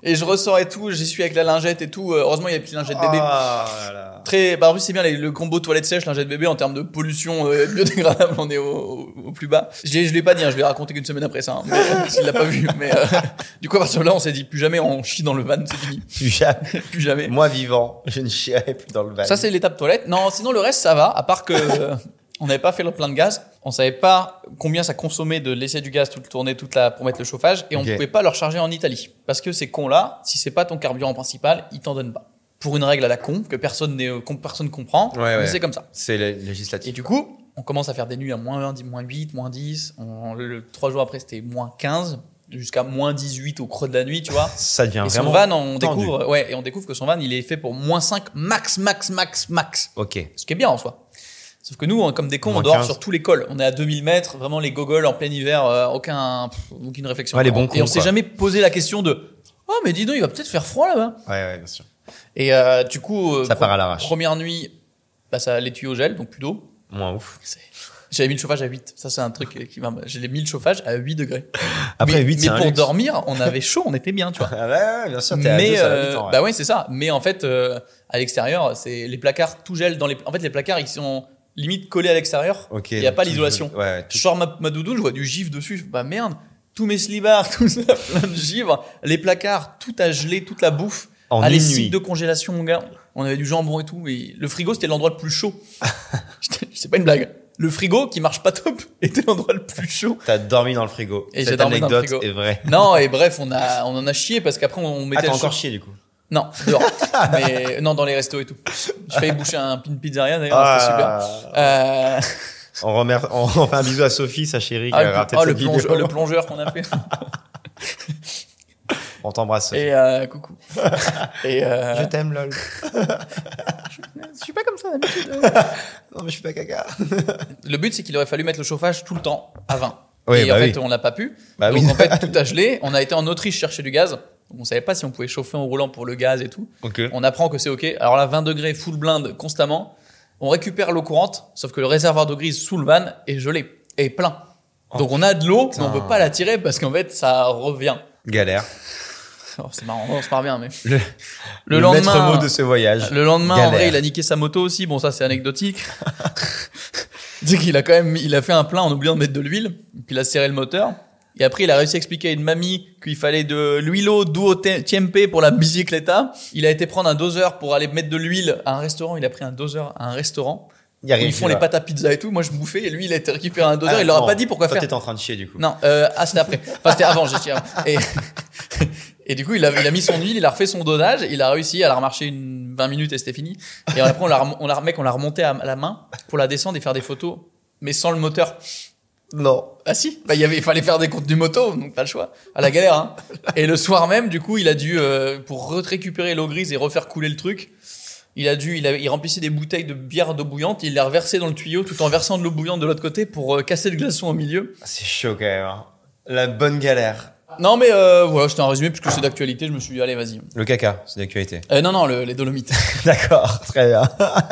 Et je ressors et tout, j'y suis avec la lingette et tout. Heureusement, il y a une petite lingette bébé. Là. Très, bah en plus c'est bien le combo toilette sèche, lingette bébé en termes de pollution biodégradable, on est au plus bas. Je l'ai pas dit, hein, je l'ai raconté qu'une semaine après ça, hein, mais s'il l'a pas vu. Mais du coup à partir de là, on s'est dit plus jamais on chie dans le van, c'est fini. Plus jamais. Moi vivant, je ne chierai plus dans le van. Ça c'est l'étape toilette. Non, sinon le reste ça va, à part que on n'avait pas fait le plein de gaz, on savait pas combien ça consommait de laisser du gaz toute tournée pour mettre le chauffage, et on ne pouvait pas le recharger en Italie parce que ces cons là, si c'est pas ton carburant principal, ils t'en donnent pas. Pour une règle à la con que personne comprend, mais c'est comme ça. C'est législatif. Et du coup, on commence à faire des nuits à moins 8, moins 10. 3 jours après, c'était moins 15, jusqu'à moins 18 au creux de la nuit, tu vois. Ça devient et vraiment son van, on découvre que son van, il est fait pour moins 5 max. Ok. Ce qui est bien en soi. Sauf que nous, comme des cons, on dort sur tous les cols. On est à 2000 mètres, vraiment les gogoles en plein hiver, aucune réflexion. Ouais, les bons cons, et on s'est jamais posé la question de « Oh, mais dis donc, il va peut-être faire froid là-bas. » Ouais, bien sûr. Et du coup, ça part à l'arrache. Première nuit, ça, les tuyaux gèlent, donc plus d'eau. Moins ouf. J'avais mis le chauffage à 8. Ça, c'est un truc qui j'ai mis le chauffage à 8 degrés. Après, 8, c'est un pour luxe. Dormir, on avait chaud, on était bien, tu vois. Ouais, bien sûr, t'es à 2, ça va vite, en vrai. Bah ouais, c'est ça. Mais en fait, à l'extérieur, c'est les placards tout gèlent en fait, les placards, ils sont limite collés à l'extérieur. Okay, il n'y a pas l'isolation. Je sors ma doudoune, je vois du givre dessus. Bah merde, tous mes slibards, tout ça, plein de givre. Les placards, tout a gelé, toute la bouffe. Les cycles de congélation, mon gars. On avait du jambon et tout. Et le frigo, c'était l'endroit le plus chaud. C'est pas une blague. Le frigo, qui marche pas top, était l'endroit le plus chaud. T'as dormi dans le frigo. Et cette anecdote est vraie. Non, et bref, on en a chié parce qu'après, on mettait. Ah, t'as encore chié, du coup? Non, dehors. Mais, non, dans les restos et tout. J'ai failli boucher une pizzeria, d'ailleurs, c'était super. On fait un bisou à Sophie, sa chérie, qui a raté cette vidéo. Le plongeur qu'on a fait. On t'embrasse, Sophie. Et coucou. Je t'aime, lol. Je suis pas comme ça d'habitude. Non, mais je suis pas caca. Le but, c'est qu'il aurait fallu mettre le chauffage tout le temps à 20. Oui, et en fait, on n'a pas pu. Donc en fait, tout a gelé. On a été en Autriche chercher du gaz. Donc, on savait pas si on pouvait chauffer en roulant pour le gaz et tout. Okay. On apprend que c'est OK. Alors là, 20 degrés, full blinde, constamment. On récupère l'eau courante, sauf que le réservoir d'eau grise sous le van est gelé, est plein. Donc on a de l'eau, mais on peut pas la tirer parce qu'en fait, ça revient. Galère. Oh, c'est marrant, on se parle bien, mais. Le lendemain. Maître mot de ce voyage. Le lendemain, en vrai, il a niqué sa moto aussi. Bon, ça, c'est anecdotique. C'est qu'il il a fait un plein en oubliant de mettre de l'huile. Puis il a serré le moteur. Et après, il a réussi à expliquer à une mamie qu'il fallait de l'huilo duo tiempe pour la bicicletta. Il a été prendre un doseur pour aller mettre de l'huile à un restaurant. Il a pris un doseur à un restaurant. Ils font les pâtes à pizza et tout. Moi, je bouffais. Et lui, il a été récupérer un doseur. Il leur a pas dit pourquoi faire. Toi, t'étais en train de chier, du coup. Non, c'était après. Enfin, c'était avant, j'ai chié. Et du coup, il a mis son huile, il a refait son dosage, il a réussi à la remarcher 20 minutes et c'était fini. Et après, on l'a remonté à la main pour la descendre et faire des photos, mais sans le moteur. Non. Ah si, il fallait faire des contenus moto, donc pas le choix. À la galère, hein. Et le soir même, du coup, il a dû, pour récupérer l'eau grise et refaire couler le truc, il remplissait des bouteilles de bière d'eau bouillante, il l'a reversé dans le tuyau tout en versant de l'eau bouillante de l'autre côté pour casser le glaçon au milieu. C'est chaud quand même. Hein. La bonne galère. Non mais voilà, c'était un résumé puisque c'est d'actualité, je me suis dit allez vas-y. Le caca, c'est d'actualité. Non, les Dolomites. D'accord, très bien.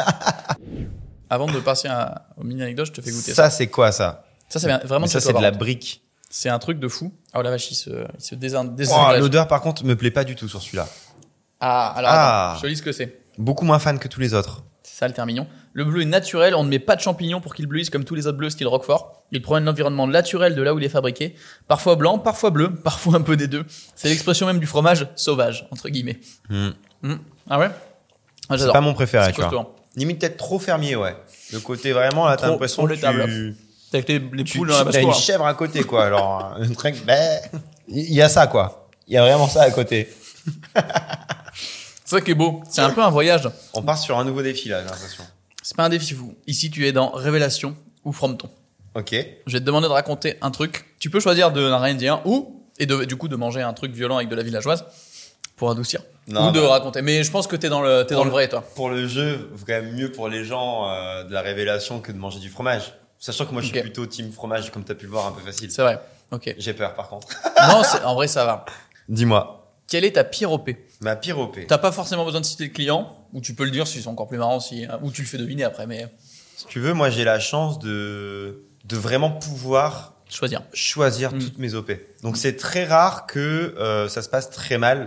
Avant de passer aux mini-anecdotes, je te fais goûter ça. Ça, c'est quoi ça? Ça vient vraiment de ça, c'est de la brique. C'est un truc de fou. Oh la vache, il se désengage. L'odeur, par contre, me plaît pas du tout sur celui-là. Attends, je te lis ce que c'est. Beaucoup moins fan que tous les autres. C'est ça le terme mignon. Le bleu est naturel, on ne met pas de champignons pour qu'il bleuisse comme tous les autres bleus style Roquefort. Il provient de l'environnement naturel de là où il est fabriqué. Parfois blanc, parfois bleu, parfois un peu des deux. C'est l'expression même du fromage sauvage, entre guillemets. Ah ouais? Ah, c'est pas mon préféré, tu vois. Costaud. Limite peut-être trop fermier, ouais. Le côté vraiment, là, t'as l'impression que t'as avec les poules dans la basse-cour. T'as une chèvre à côté, quoi. Alors, un truc, il y a ça, quoi. Il y a vraiment ça à côté. C'est ça qui est beau. C'est un peu un voyage. On part sur un nouveau défi, là, j'ai l'impression. C'est pas un défi fou. Ici, tu es dans Révélation ou Frometon. Ok. Je vais te demander de raconter un truc. Tu peux choisir de ne rien dire du coup de manger un truc violent avec de la villageoise pour adoucir. Non, ou de raconter. Mais je pense que t'es dans le vrai, toi. Pour le jeu, c'est quand même mieux pour les gens de la Révélation que de manger du fromage. Sachant que moi, je suis plutôt team fromage, comme t'as pu le voir, un peu facile. C'est vrai. Ok. J'ai peur, par contre. Non, en vrai, ça va. Dis-moi. Quelle est ta pire OP? Ma pire OP. T'as pas forcément besoin de citer le client, ou tu peux le dire si c'est encore plus marrant, ou tu le fais deviner après, mais. Si tu veux, moi, j'ai la chance de vraiment pouvoir choisir toutes mes OP. Donc, c'est très rare que ça se passe très mal.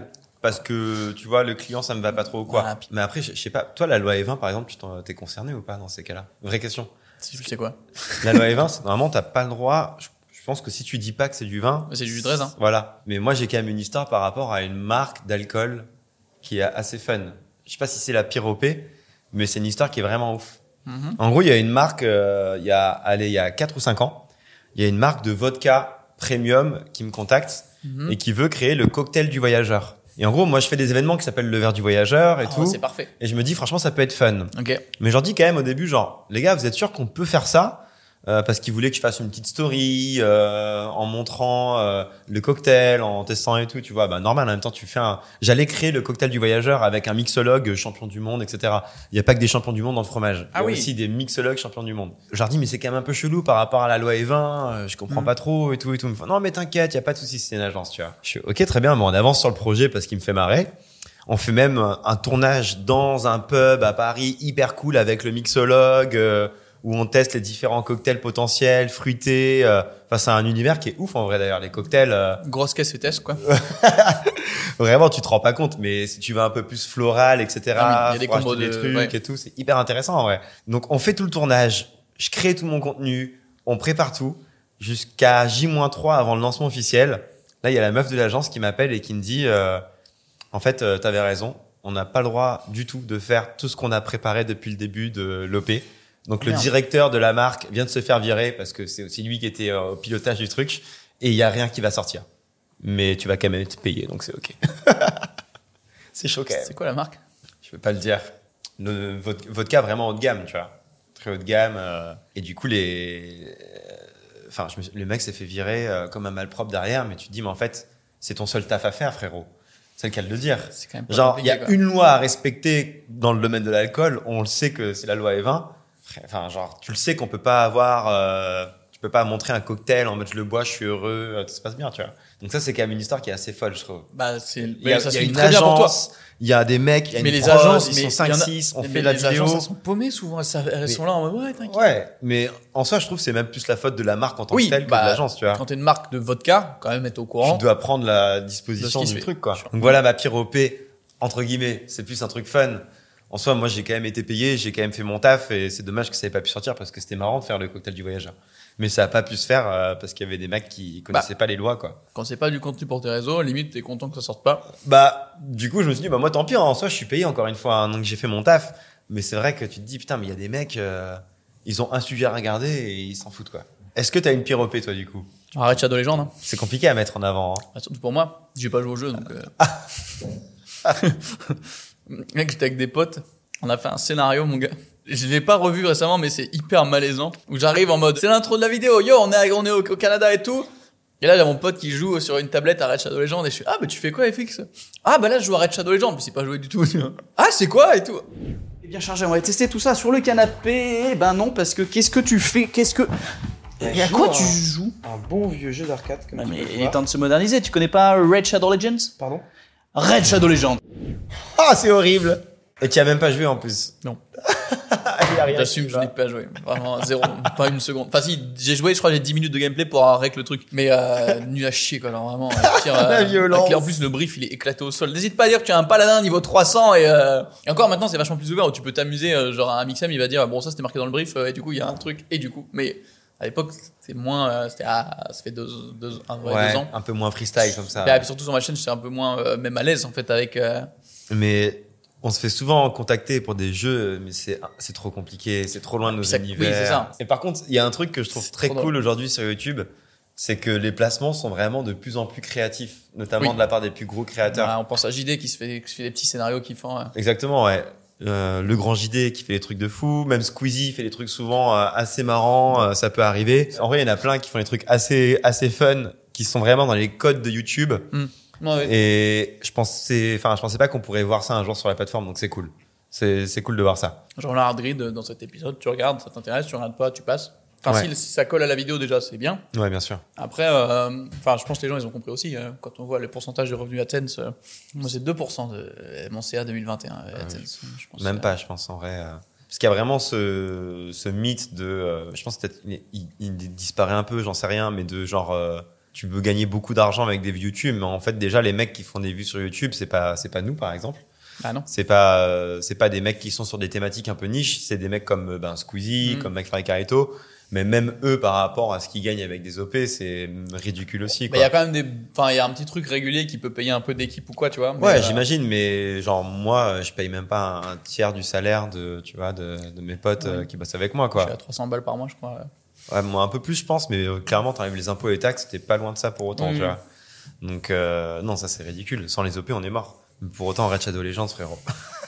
parce que tu vois le client ça me va pas trop ou quoi. Voilà. Mais après je sais pas, toi la loi E20 par exemple, t'es concerné ou pas dans ces cas-là? Vraie question. Si je sais quoi. La loi E20, c'est normalement t'as pas le droit. Je pense que si tu dis pas que c'est du vin, C'est du jus de raisin. Voilà. Mais moi j'ai quand même une histoire par rapport à une marque d'alcool qui est assez fun. Je sais pas si c'est la pire OP, mais c'est une histoire qui est vraiment ouf. En gros, il y a une marque, il y a 4 ou 5 ans, il y a une marque de vodka premium qui me contacte et qui veut créer le cocktail du voyageur. Et en gros, moi, je fais des événements qui s'appellent le verre du voyageur et tout. C'est parfait. Et je me dis, franchement, ça peut être fun. Ok. Mais j'en dis quand même au début, genre, les gars, vous êtes sûrs qu'on peut faire ça? Parce qu'ils voulaient que je fasse une petite story en montrant le cocktail, en testant et tout, tu vois. Bah normal, en même temps, j'allais créer le cocktail du voyageur avec un mixologue champion du monde, etc. Il y a pas que des champions du monde dans le fromage. Il y a aussi des mixologues champions du monde. Je leur dis mais c'est quand même un peu chelou par rapport à la loi E20, je comprends pas trop et tout et tout. Ils me font, non mais t'inquiète, il y a pas de souci, c'est une agence, tu vois. Je suis OK, très bien, mais on avance sur le projet parce qu'il me fait marrer. On fait même un tournage dans un pub à Paris hyper cool avec le mixologue où on teste les différents cocktails potentiels, fruités. Enfin, c'est un univers qui est ouf en vrai d'ailleurs. Les cocktails. Grosse caisse et test, quoi. Vraiment, tu te rends pas compte, mais si tu vas un peu plus floral, etc. Il y a des combos des trucs et tout, c'est hyper intéressant en vrai. Donc, on fait tout le tournage. Je crée tout mon contenu. On prépare tout jusqu'à J-3 avant le lancement officiel. Là, il y a la meuf de l'agence qui m'appelle et qui me dit, en fait, t'avais raison. On n'a pas le droit du tout de faire tout ce qu'on a préparé depuis le début de l'OP. Donc le directeur de la marque vient de se faire virer parce que c'est aussi lui qui était au pilotage du truc et il y a rien qui va sortir. Mais tu vas quand même être payé, donc c'est OK. C'est chaud quand même. C'est quoi la marque? Je peux pas le dire. Le vodka vraiment haut de gamme, tu vois. Très haut de gamme. Et du coup, le mec s'est fait virer comme un malpropre derrière, mais tu te dis, mais en fait, c'est ton seul taf à faire, frérot. C'est le cas de le dire. C'est quand même pas genre, il y a quoi. une loi à respecter dans le domaine de l'alcool. On le sait que c'est la loi E20. Enfin, genre, tu le sais qu'on peut pas avoir, tu peux pas montrer un cocktail en mode je le bois, je suis heureux, tout se passe bien, tu vois. Donc ça, c'est quand même une histoire qui est assez folle, je trouve. Bah, Il y a une une très bien pour toi. agence, il y a des mecs, il y a Mais une les prod, agences, ils sont 5-6, on fait la vidéo. Les agences, elles sont paumées souvent. Elles sont là en mode, ouais, t'inquiète. Ouais, mais en soi, je trouve que c'est même plus la faute de la marque en tant que telle que de l'agence, tu vois. Quand t'es une marque de vodka, quand même être au courant. Tu dois prendre la disposition du truc, quoi. Donc voilà, ma pire OP, entre guillemets, c'est plus un truc fun. En soi, moi, j'ai quand même été payé, j'ai quand même fait mon taf et c'est dommage que ça n'ait pas pu sortir parce que c'était marrant de faire le cocktail du voyageur. Mais ça a pas pu se faire parce qu'il y avait des mecs qui connaissaient pas les lois, quoi. Quand c'est pas du contenu pour tes réseaux, limite, t'es content que ça sorte pas. Bah, du coup, je me suis dit, bah, moi, tant pis, en soi, je suis payé encore une fois, hein, donc j'ai fait mon taf. Mais c'est vrai que tu te dis, putain, mais il y a des mecs, ils ont un sujet à regarder et ils s'en foutent, quoi. Est-ce que t'as une pire OP, toi, du coup? Arrête Shadow Legends, hein. C'est compliqué à mettre en avant, hein. Surtout pour moi. J'ai pas joué au jeu, donc, Mec, j'étais avec des potes. On a fait un scénario, mon gars. Je l'ai pas revu récemment, mais c'est hyper malaisant. Où j'arrive en mode, c'est l'intro de la vidéo. Yo, on est au Canada et tout. Et là, il y a mon pote qui joue sur une tablette à Red Shadow Legends. Et je suis, ah, bah, tu fais quoi, FX? Ah, bah là, je joue à Red Shadow Legends. Mais c'est pas joué du tout. Ah, c'est quoi? Et tout. Eh bien chargé, on va tester tout ça sur le canapé. Ben non, parce que qu'est-ce que tu fais? Et à quoi tu joues? Un bon vieux jeu d'arcade. Comme Mais il est temps de se moderniser. Tu connais pas Red Shadow Legends? Pardon? Red Shadow Legends. Ah, c'est horrible! Et tu as même pas joué en plus. Non. Il y a rien. J'assume, je n'ai pas joué. Vraiment, zéro. Pas une seconde. Enfin, si, j'ai joué, je crois, j'ai 10 minutes de gameplay pour rec le truc. Mais, nul à chier, quoi. Alors, vraiment, pire, La violence. En plus, le brief, il est éclaté au sol. N'hésite pas à dire que tu as un paladin niveau 300 et encore maintenant, c'est vachement plus ouvert où tu peux t'amuser, genre, un Mixem, il va dire, bon, ça, c'était marqué dans le brief, et du coup, il y a un truc, et du coup. Mais, à l'époque, c'était moins, ça fait 2 ans. Un peu moins freestyle comme ça. Et puis surtout sur ma chaîne, j'étais un peu moins, même à l'aise, en fait, avec, Mais on se fait souvent contacter pour des jeux, mais c'est trop compliqué, c'est trop loin de nos univers. Oui, c'est ça. Et par contre, il y a un truc que je trouve très cool aujourd'hui sur YouTube, c'est que les placements sont vraiment de plus en plus créatifs, notamment de la part des plus gros créateurs. On pense à JD qui se fait des petits scénarios kiffants. Exactement, ouais. Le grand JD qui fait des trucs de fou, même Squeezie fait des trucs souvent assez marrants, ça peut arriver. En vrai, il y en a plein qui font des trucs assez fun, qui sont vraiment dans les codes de YouTube. Ouais. Et je pensais pas qu'on pourrait voir ça un jour sur la plateforme, donc c'est cool. C'est cool de voir ça. Genre la hard grid dans cet épisode, tu regardes, ça t'intéresse, tu regardes pas, tu passes. Enfin, si ça colle à la vidéo déjà, c'est bien. Ouais, bien sûr. Après, je pense que les gens, ils ont compris aussi. Quand on voit les pourcentages de revenus AdSense, moi, c'est 2% de mon CA 2021 AdSense. Je pense, même pas, je pense, en vrai. Parce qu'il y a vraiment ce mythe de... je pense peut-être il disparaît un peu, j'en sais rien, mais de genre... tu veux gagner beaucoup d'argent avec des vues YouTube, mais en fait déjà les mecs qui font des vues sur YouTube, c'est pas nous par exemple. Ah non. C'est pas des mecs qui sont sur des thématiques un peu niches, c'est des mecs comme Squeezie, comme McFly Carito, mais même eux par rapport à ce qu'ils gagnent avec des OP, c'est ridicule aussi quoi. Il y a quand même il y a un petit truc régulier qui peut payer un peu d'équipe ou quoi, tu vois. Mais ouais, j'imagine, mais genre moi je paye même pas un tiers du salaire de mes potes qui bossent avec moi quoi. Je suis à 300 balles par mois, je crois. Ouais, moi un peu plus je pense, mais clairement t'enlèves les impôts et les taxes, t'es pas loin de ça pour autant, tu vois. Donc non, ça c'est ridicule. Sans les OP, on est mort. Pour autant, Raid Shadow Legends, frérot.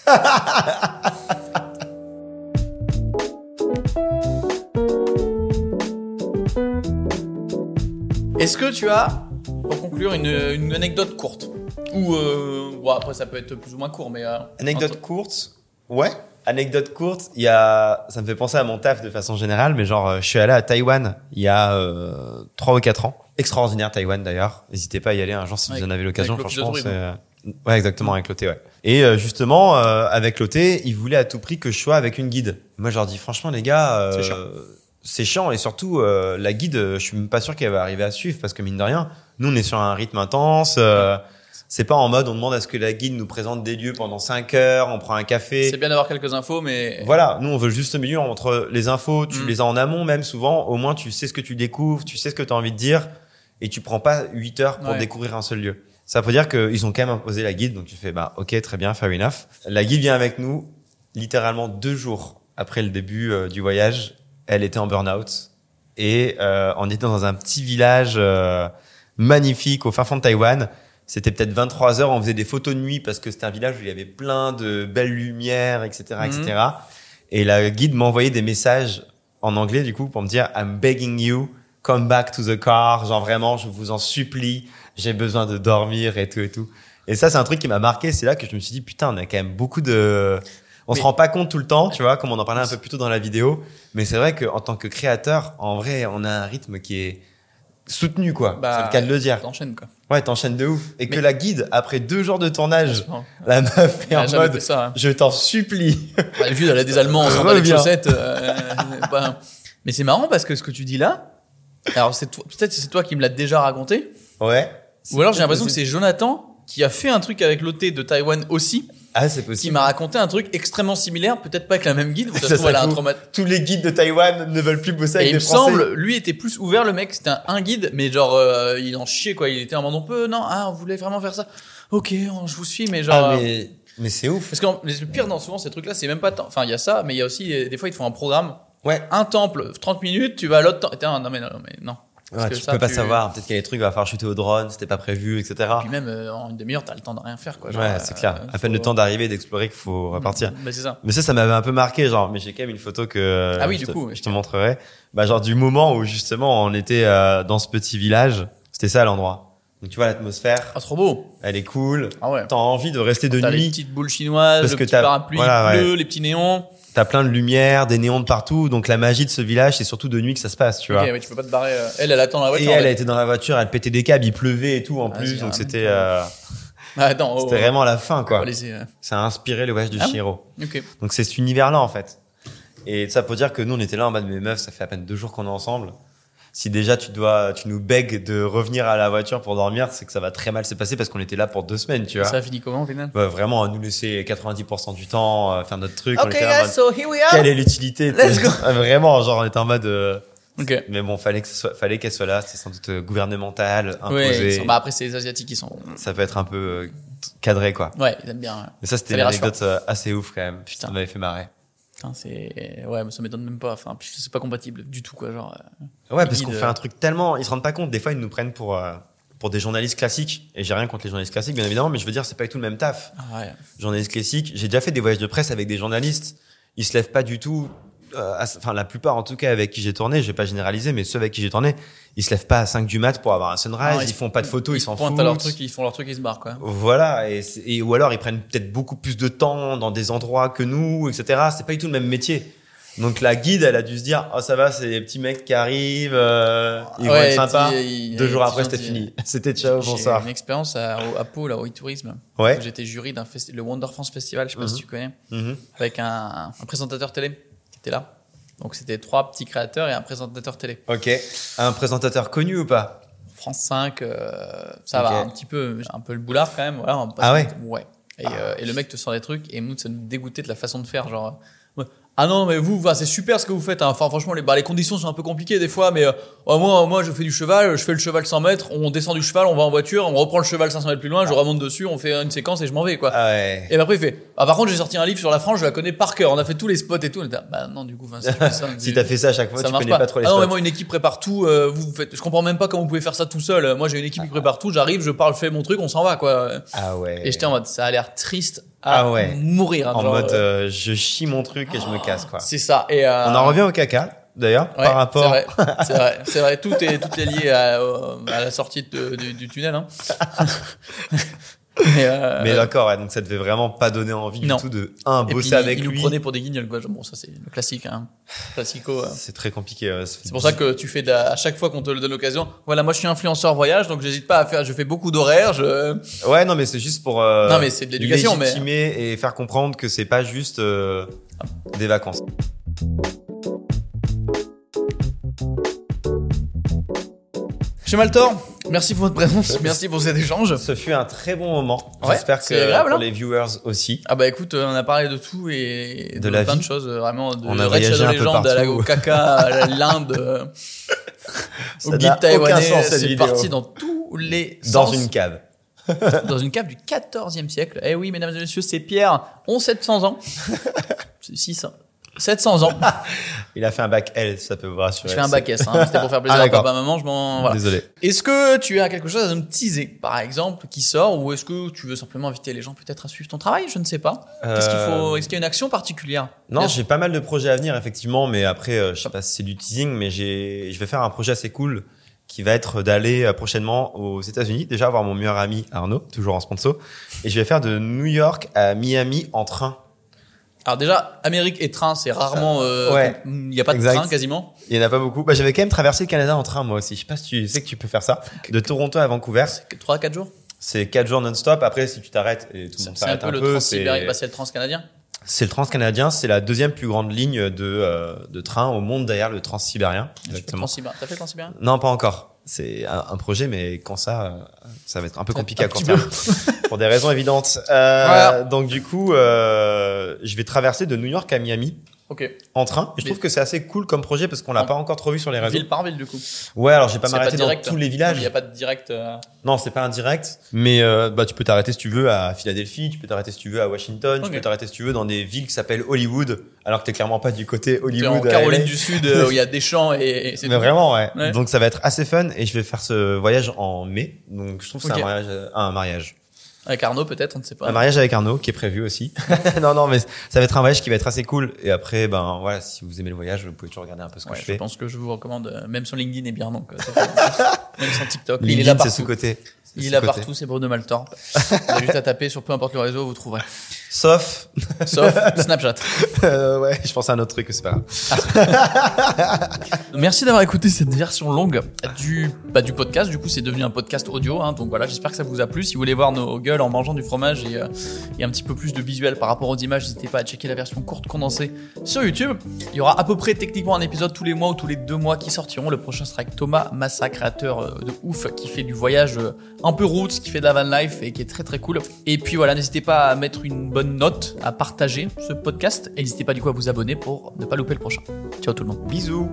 Est-ce que tu as, pour conclure, une anecdote courte ou bon, après ça peut être plus ou moins court, mais anecdote courte, ouais. Anecdote courte, ça me fait penser à mon taf de façon générale, mais genre je suis allé à Taïwan il y a 3 ou 4 ans. Extraordinaire Taïwan d'ailleurs. N'hésitez pas à y aller un jour si vous en avez l'occasion. Franchement, ouais, exactement, avec l'OT, ouais. Et justement, avec l'OT, ils voulaient à tout prix que je sois avec une guide. Moi, je leur dis, franchement, les gars, c'est chiant. Et surtout, la guide, je suis même pas sûr qu'elle va arriver à suivre parce que mine de rien, nous, on est sur un rythme intense. C'est pas en mode, on demande à ce que la guide nous présente des lieux pendant 5 heures, on prend un café. C'est bien d'avoir quelques infos, mais... Voilà, nous, on veut juste le milieu entre les infos, tu les as en amont même souvent. Au moins, tu sais ce que tu découvres, tu sais ce que tu as envie de dire et tu prends pas 8 heures pour découvrir un seul lieu. Ça veut dire qu'ils ont quand même imposé la guide, donc tu fais ok, très bien, fair enough. La guide vient avec nous, littéralement 2 jours après le début du voyage. Elle était en burn-out et on était dans un petit village magnifique au fin fond de Taïwan. C'était peut-être 23 heures, on faisait des photos de nuit parce que c'était un village où il y avait plein de belles lumières, etc., etc. Et la guide m'envoyait des messages en anglais du coup pour me dire I'm begging you, come back to the car, genre vraiment, je vous en supplie. J'ai besoin de dormir et tout et tout. Et ça, c'est un truc qui m'a marqué. C'est là que je me suis dit, putain, on a quand même beaucoup on se rend pas compte tout le temps, tu vois, comme on en parlait un peu plus tôt dans la vidéo. Mais c'est vrai qu'en tant que créateur, en vrai, on a un rythme qui est soutenu, quoi. C'est le cas de le dire. T'enchaînes, quoi. Ouais, t'enchaînes de ouf. Et que la guide, après 2 jours de tournage, la meuf est en mode, je t'en supplie. La vue, elle a des Allemands, on s'en bat les chaussettes. Mais c'est marrant parce que ce que tu dis là, alors peut-être c'est toi qui me l'as déjà raconté. Ouais. Ou alors j'ai l'impression que c'est Jonathan qui a fait un truc avec l'OT de Taïwan aussi. Ah, c'est possible. Qui m'a raconté un truc extrêmement similaire, peut-être pas avec la même guide. Ça se trouve, elle a un trauma. Tous les guides de Taïwan ne veulent plus bosser avec des Et Français. il me semble, lui était plus ouvert, le mec. C'était un guide, mais genre, il en chiait, quoi. Il était en mode, on voulait vraiment faire ça. Ok, je vous suis, mais genre. Ah, mais c'est ouf. Parce que le pire dans souvent ces trucs-là, c'est même pas enfin, il y a ça, mais il y a aussi, des fois, ils te font un programme. Ouais. Un temple, 30 minutes, tu vas à l'autre temple. Non, mais non. Ouais, tu peux pas savoir. Peut-être qu'il y a des trucs, il va falloir chuter au drone, c'était pas prévu, etc. Et puis même, en une demi-heure, t'as le temps de rien faire, quoi. Genre, ouais, c'est clair. À peine le temps d'arriver, d'explorer qu'il faut repartir. Mais c'est ça. Mais ça m'avait un peu marqué, genre, mais j'ai quand même une photo que, je te montrerai. Bah, genre, du moment où, justement, on était, dans ce petit village, c'était ça, l'endroit. Donc, tu vois, l'atmosphère. Ah, trop beau. Elle est cool. Ah ouais. T'as envie de rester de nuit. T'as les petites boules chinoises, le petit parapluie bleu, les petits néons. T'as plein de lumière, des néons de partout. Donc, la magie de ce village, c'est surtout de nuit que ça se passe, tu vois. Ok, mais tu peux pas te barrer. Elle attend dans la voiture. Et elle était dans la voiture, elle pétait des câbles, il pleuvait et tout, en plus. Donc, c'était, c'était vraiment la fin, quoi. Ça a inspiré le voyage de Chihiro. Okay. Donc, c'est cet univers-là, en fait. Et ça pour dire que nous, on était là en mode, mais meuf, ça fait à peine 2 jours qu'on est ensemble. Si déjà tu nous begues de revenir à la voiture pour dormir, c'est que ça va très mal se passer parce qu'on était là pour 2 semaines, tu vois. Ça a fini comment, au final? Ouais, vraiment, à nous laisser 90% du temps, faire notre truc. Okay, guys, so here we are. Quelle est l'utilité? Let's go. Vraiment, genre, on était en mode, okay. Mais bon, fallait qu'elle soit là. C'est sans doute gouvernemental, imposé. Ouais, bah après, c'est les Asiatiques qui sont. Ça peut être un peu cadré, quoi. Ouais, ils aiment bien. Ouais. Mais ça, c'était une anecdote assez ouf, quand même. Putain. Ça m'avait fait marrer. Putain, ouais, mais ça m'étonne même pas. Enfin, c'est pas compatible du tout, quoi. Genre. Ouais, parce qu'on fait un truc tellement, ils se rendent pas compte. Des fois, ils nous prennent pour des journalistes classiques. Et j'ai rien contre les journalistes classiques, bien évidemment, mais je veux dire, c'est pas du tout le même taf. Ah ouais. Journaliste classique. J'ai déjà fait des voyages de presse avec des journalistes. Ils se lèvent pas du tout. Enfin, la plupart, en tout cas, avec qui j'ai tourné, je vais pas généraliser, mais ceux avec qui j'ai tourné, ils se lèvent pas à 5 du mat pour avoir un sunrise. Ils font pas de photos, ils s'en foutent. Ils font leur truc, ils se barrent, quoi. Voilà. Et ou alors, ils prennent peut-être beaucoup plus de temps dans des endroits que nous, etc. C'est pas du tout le même métier. Donc la guide, elle a dû se dire, oh ça va, c'est les petits mecs qui arrivent, ils vont être sympas. 2 jours après, c'était fini. C'était ciao, bonsoir. J'ai une expérience à Pau, là, au e-tourisme. Ouais. J'étais jury le Wonder France Festival, je sais pas si tu connais, avec un présentateur télé qui était là. Donc c'était 3 petits créateurs et un présentateur télé. Ok. Un présentateur connu ou pas? France 5, ça va un petit peu. J'ai un peu le boulard quand même. Voilà, ouais. Et le mec te sort des trucs et nous, ça nous dégoûtait de la façon de faire. Genre, ah non, mais vous, c'est super ce que vous faites. Hein. Enfin, franchement, les conditions sont un peu compliquées des fois, mais moi, je fais du cheval, je fais le cheval 100 mètres, on descend du cheval, on va en voiture, on reprend le cheval 500 mètres plus loin, je remonte dessus, on fait une séquence et je m'en vais, quoi. Et après, il fait, par contre, j'ai sorti un livre sur la France, je la connais par cœur, on a fait tous les spots et tout. On était, non, du coup, si tu fais ça. Si t'as fait ça à chaque fois, tu connais pas trop les spots. Non, mais moi, une équipe prépare tout, vous faites, je comprends même pas comment vous pouvez faire ça tout seul. Moi, j'ai une équipe qui prépare tout, j'arrive, je parle, je fais mon truc, on s'en va, quoi. Et j'étais en mode, ça a l'air triste. Mourir. En mode, je chie mon truc et je me casse, quoi. C'est ça. Et on en revient au caca, d'ailleurs, par rapport. C'est vrai. Tout est lié à la sortie du tunnel, hein. Mais d'accord, donc ça devait vraiment pas donner envie du tout de bosser avec lui. Il nous prenait pour des guignols, quoi. Bon, ça c'est le classique, hein. Classico. C'est très compliqué. C'est pour ça que tu fais à chaque fois qu'on te le donne l'occasion. Voilà, moi je suis influenceur voyage, donc j'hésite pas à faire. Je fais beaucoup d'horaires. Ouais, non, mais c'est juste pour. Non, mais c'est de l'éducation, légitimer et faire comprendre que c'est pas juste des vacances. Monsieur Maltor, merci pour votre présence, merci pour cet échange. Ce fut un très bon moment. Ouais, j'espère que agréable, pour les viewers aussi. Ah bah écoute, on a parlé de tout et de la plein vie. De choses, vraiment, de on a voyagé un peu partout. Au caca, à l'Inde, au guide taïwanais, c'est parti dans tous les sens. Dans une cave. Dans une cave du 14e siècle. Eh oui, mesdames et messieurs, c'est Pierre, ont 700 ans. 700 ans. Il a fait un bac L, ça peut vous rassurer. Je fais un bac S, hein. C'était pour faire plaisir à papa, maman, voilà. Désolé. Est-ce que tu as quelque chose à nous teaser, par exemple, qui sort, ou est-ce que tu veux simplement inviter les gens peut-être à suivre ton travail? Je ne sais pas. Qu'est-ce qu'il faut? Est-ce qu'il y a une action particulière? Non, j'ai pas mal de projets à venir, effectivement, mais après, je sais pas si c'est du teasing, mais je vais faire un projet assez cool qui va être d'aller prochainement aux États-Unis, déjà voir mon meilleur ami Arnaud, toujours en sponsor, et je vais faire de New York à Miami en train. Alors déjà, Amérique et train, c'est rarement... il n'y a pas de train quasiment. Il n'y en a pas beaucoup. J'avais quand même traversé le Canada en train, moi aussi. Je sais pas si tu sais que tu peux faire ça. De Toronto à Vancouver. C'est 3-4 jours. C'est 4 jours non-stop. Après, si tu t'arrêtes et tout le monde s'arrête un peu, c'est le Transcanadien. C'est le Transcanadien. C'est la deuxième plus grande ligne de train au monde derrière le Transsibérien. Exactement. T'as fait le Transsibérien? Non, pas encore. C'est un projet, mais quand ça va être un peu compliqué à court terme. Pour des raisons évidentes. Voilà. Donc du coup, je vais traverser de New York à Miami. En train. Et je trouve que c'est assez cool comme projet parce qu'on l'a pas encore trop vu sur les réseaux. Ville par ville, du coup. Ouais, alors j'ai pas m'arrêter dans tous les villages. Il n'y a pas de direct. Non, c'est pas un direct. Mais tu peux t'arrêter si tu veux à Philadelphie, tu peux t'arrêter si tu veux à Washington, tu peux t'arrêter si tu veux dans des villes qui s'appellent Hollywood, alors que t'es clairement pas du côté Hollywood. T'es en Caroline du Sud où il y a des champs et c'est. Mais tout. Vraiment, ouais. Donc ça va être assez fun et je vais faire ce voyage en mai. Donc je trouve que c'est un mariage. Avec Arnaud, peut-être, on ne sait pas. Un mariage avec Arnaud, qui est prévu aussi. non, mais ça va être un voyage qui va être assez cool. Et après, voilà, si vous aimez le voyage, vous pouvez toujours regarder un peu ce que je fais. Je pense que je vous recommande, même sur LinkedIn et bien, donc, même sur TikTok. LinkedIn, il est là partout. C'est sous-côté. Il est là partout, c'est Bruno Maltor. Vous avez juste à taper sur peu importe le réseau, vous trouverez. Sauf Snapchat. Ouais, je pense à un autre truc, c'est pas grave. Merci d'avoir écouté cette version longue du podcast. Du coup, c'est devenu un podcast audio, hein, donc voilà, j'espère que ça vous a plu. Si vous voulez voir nos gueules en mangeant du fromage et un petit peu plus de visuel par rapport aux images, n'hésitez pas à checker la version courte condensée sur YouTube. Il y aura à peu près techniquement un épisode tous les mois ou tous les 2 mois qui sortiront. Le prochain sera avec Thomas Massa, créateur de ouf, qui fait du voyage un peu roots, qui fait de la van life et qui est très très cool. Et puis voilà, n'hésitez pas à mettre une bonne note, à partager ce podcast et n'hésitez pas du coup à vous abonner pour ne pas louper le prochain. Ciao tout le monde. Bisous.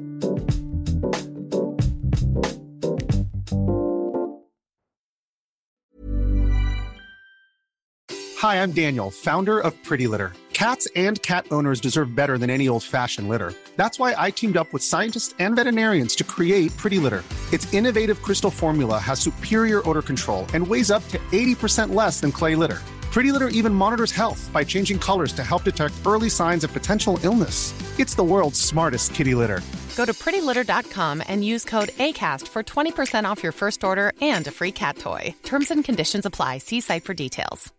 Hi, I'm Daniel, founder of Pretty Litter. Cats and cat owners deserve better than any old-fashioned litter. That's why I teamed up with scientists and veterinarians to create Pretty Litter. Its innovative crystal formula has superior odor control and weighs up to 80% less than clay litter. Pretty Litter even monitors health by changing colors to help detect early signs of potential illness. It's the world's smartest kitty litter. Go to prettylitter.com and use code ACAST for 20% off your first order and a free cat toy. Terms and conditions apply. See site for details.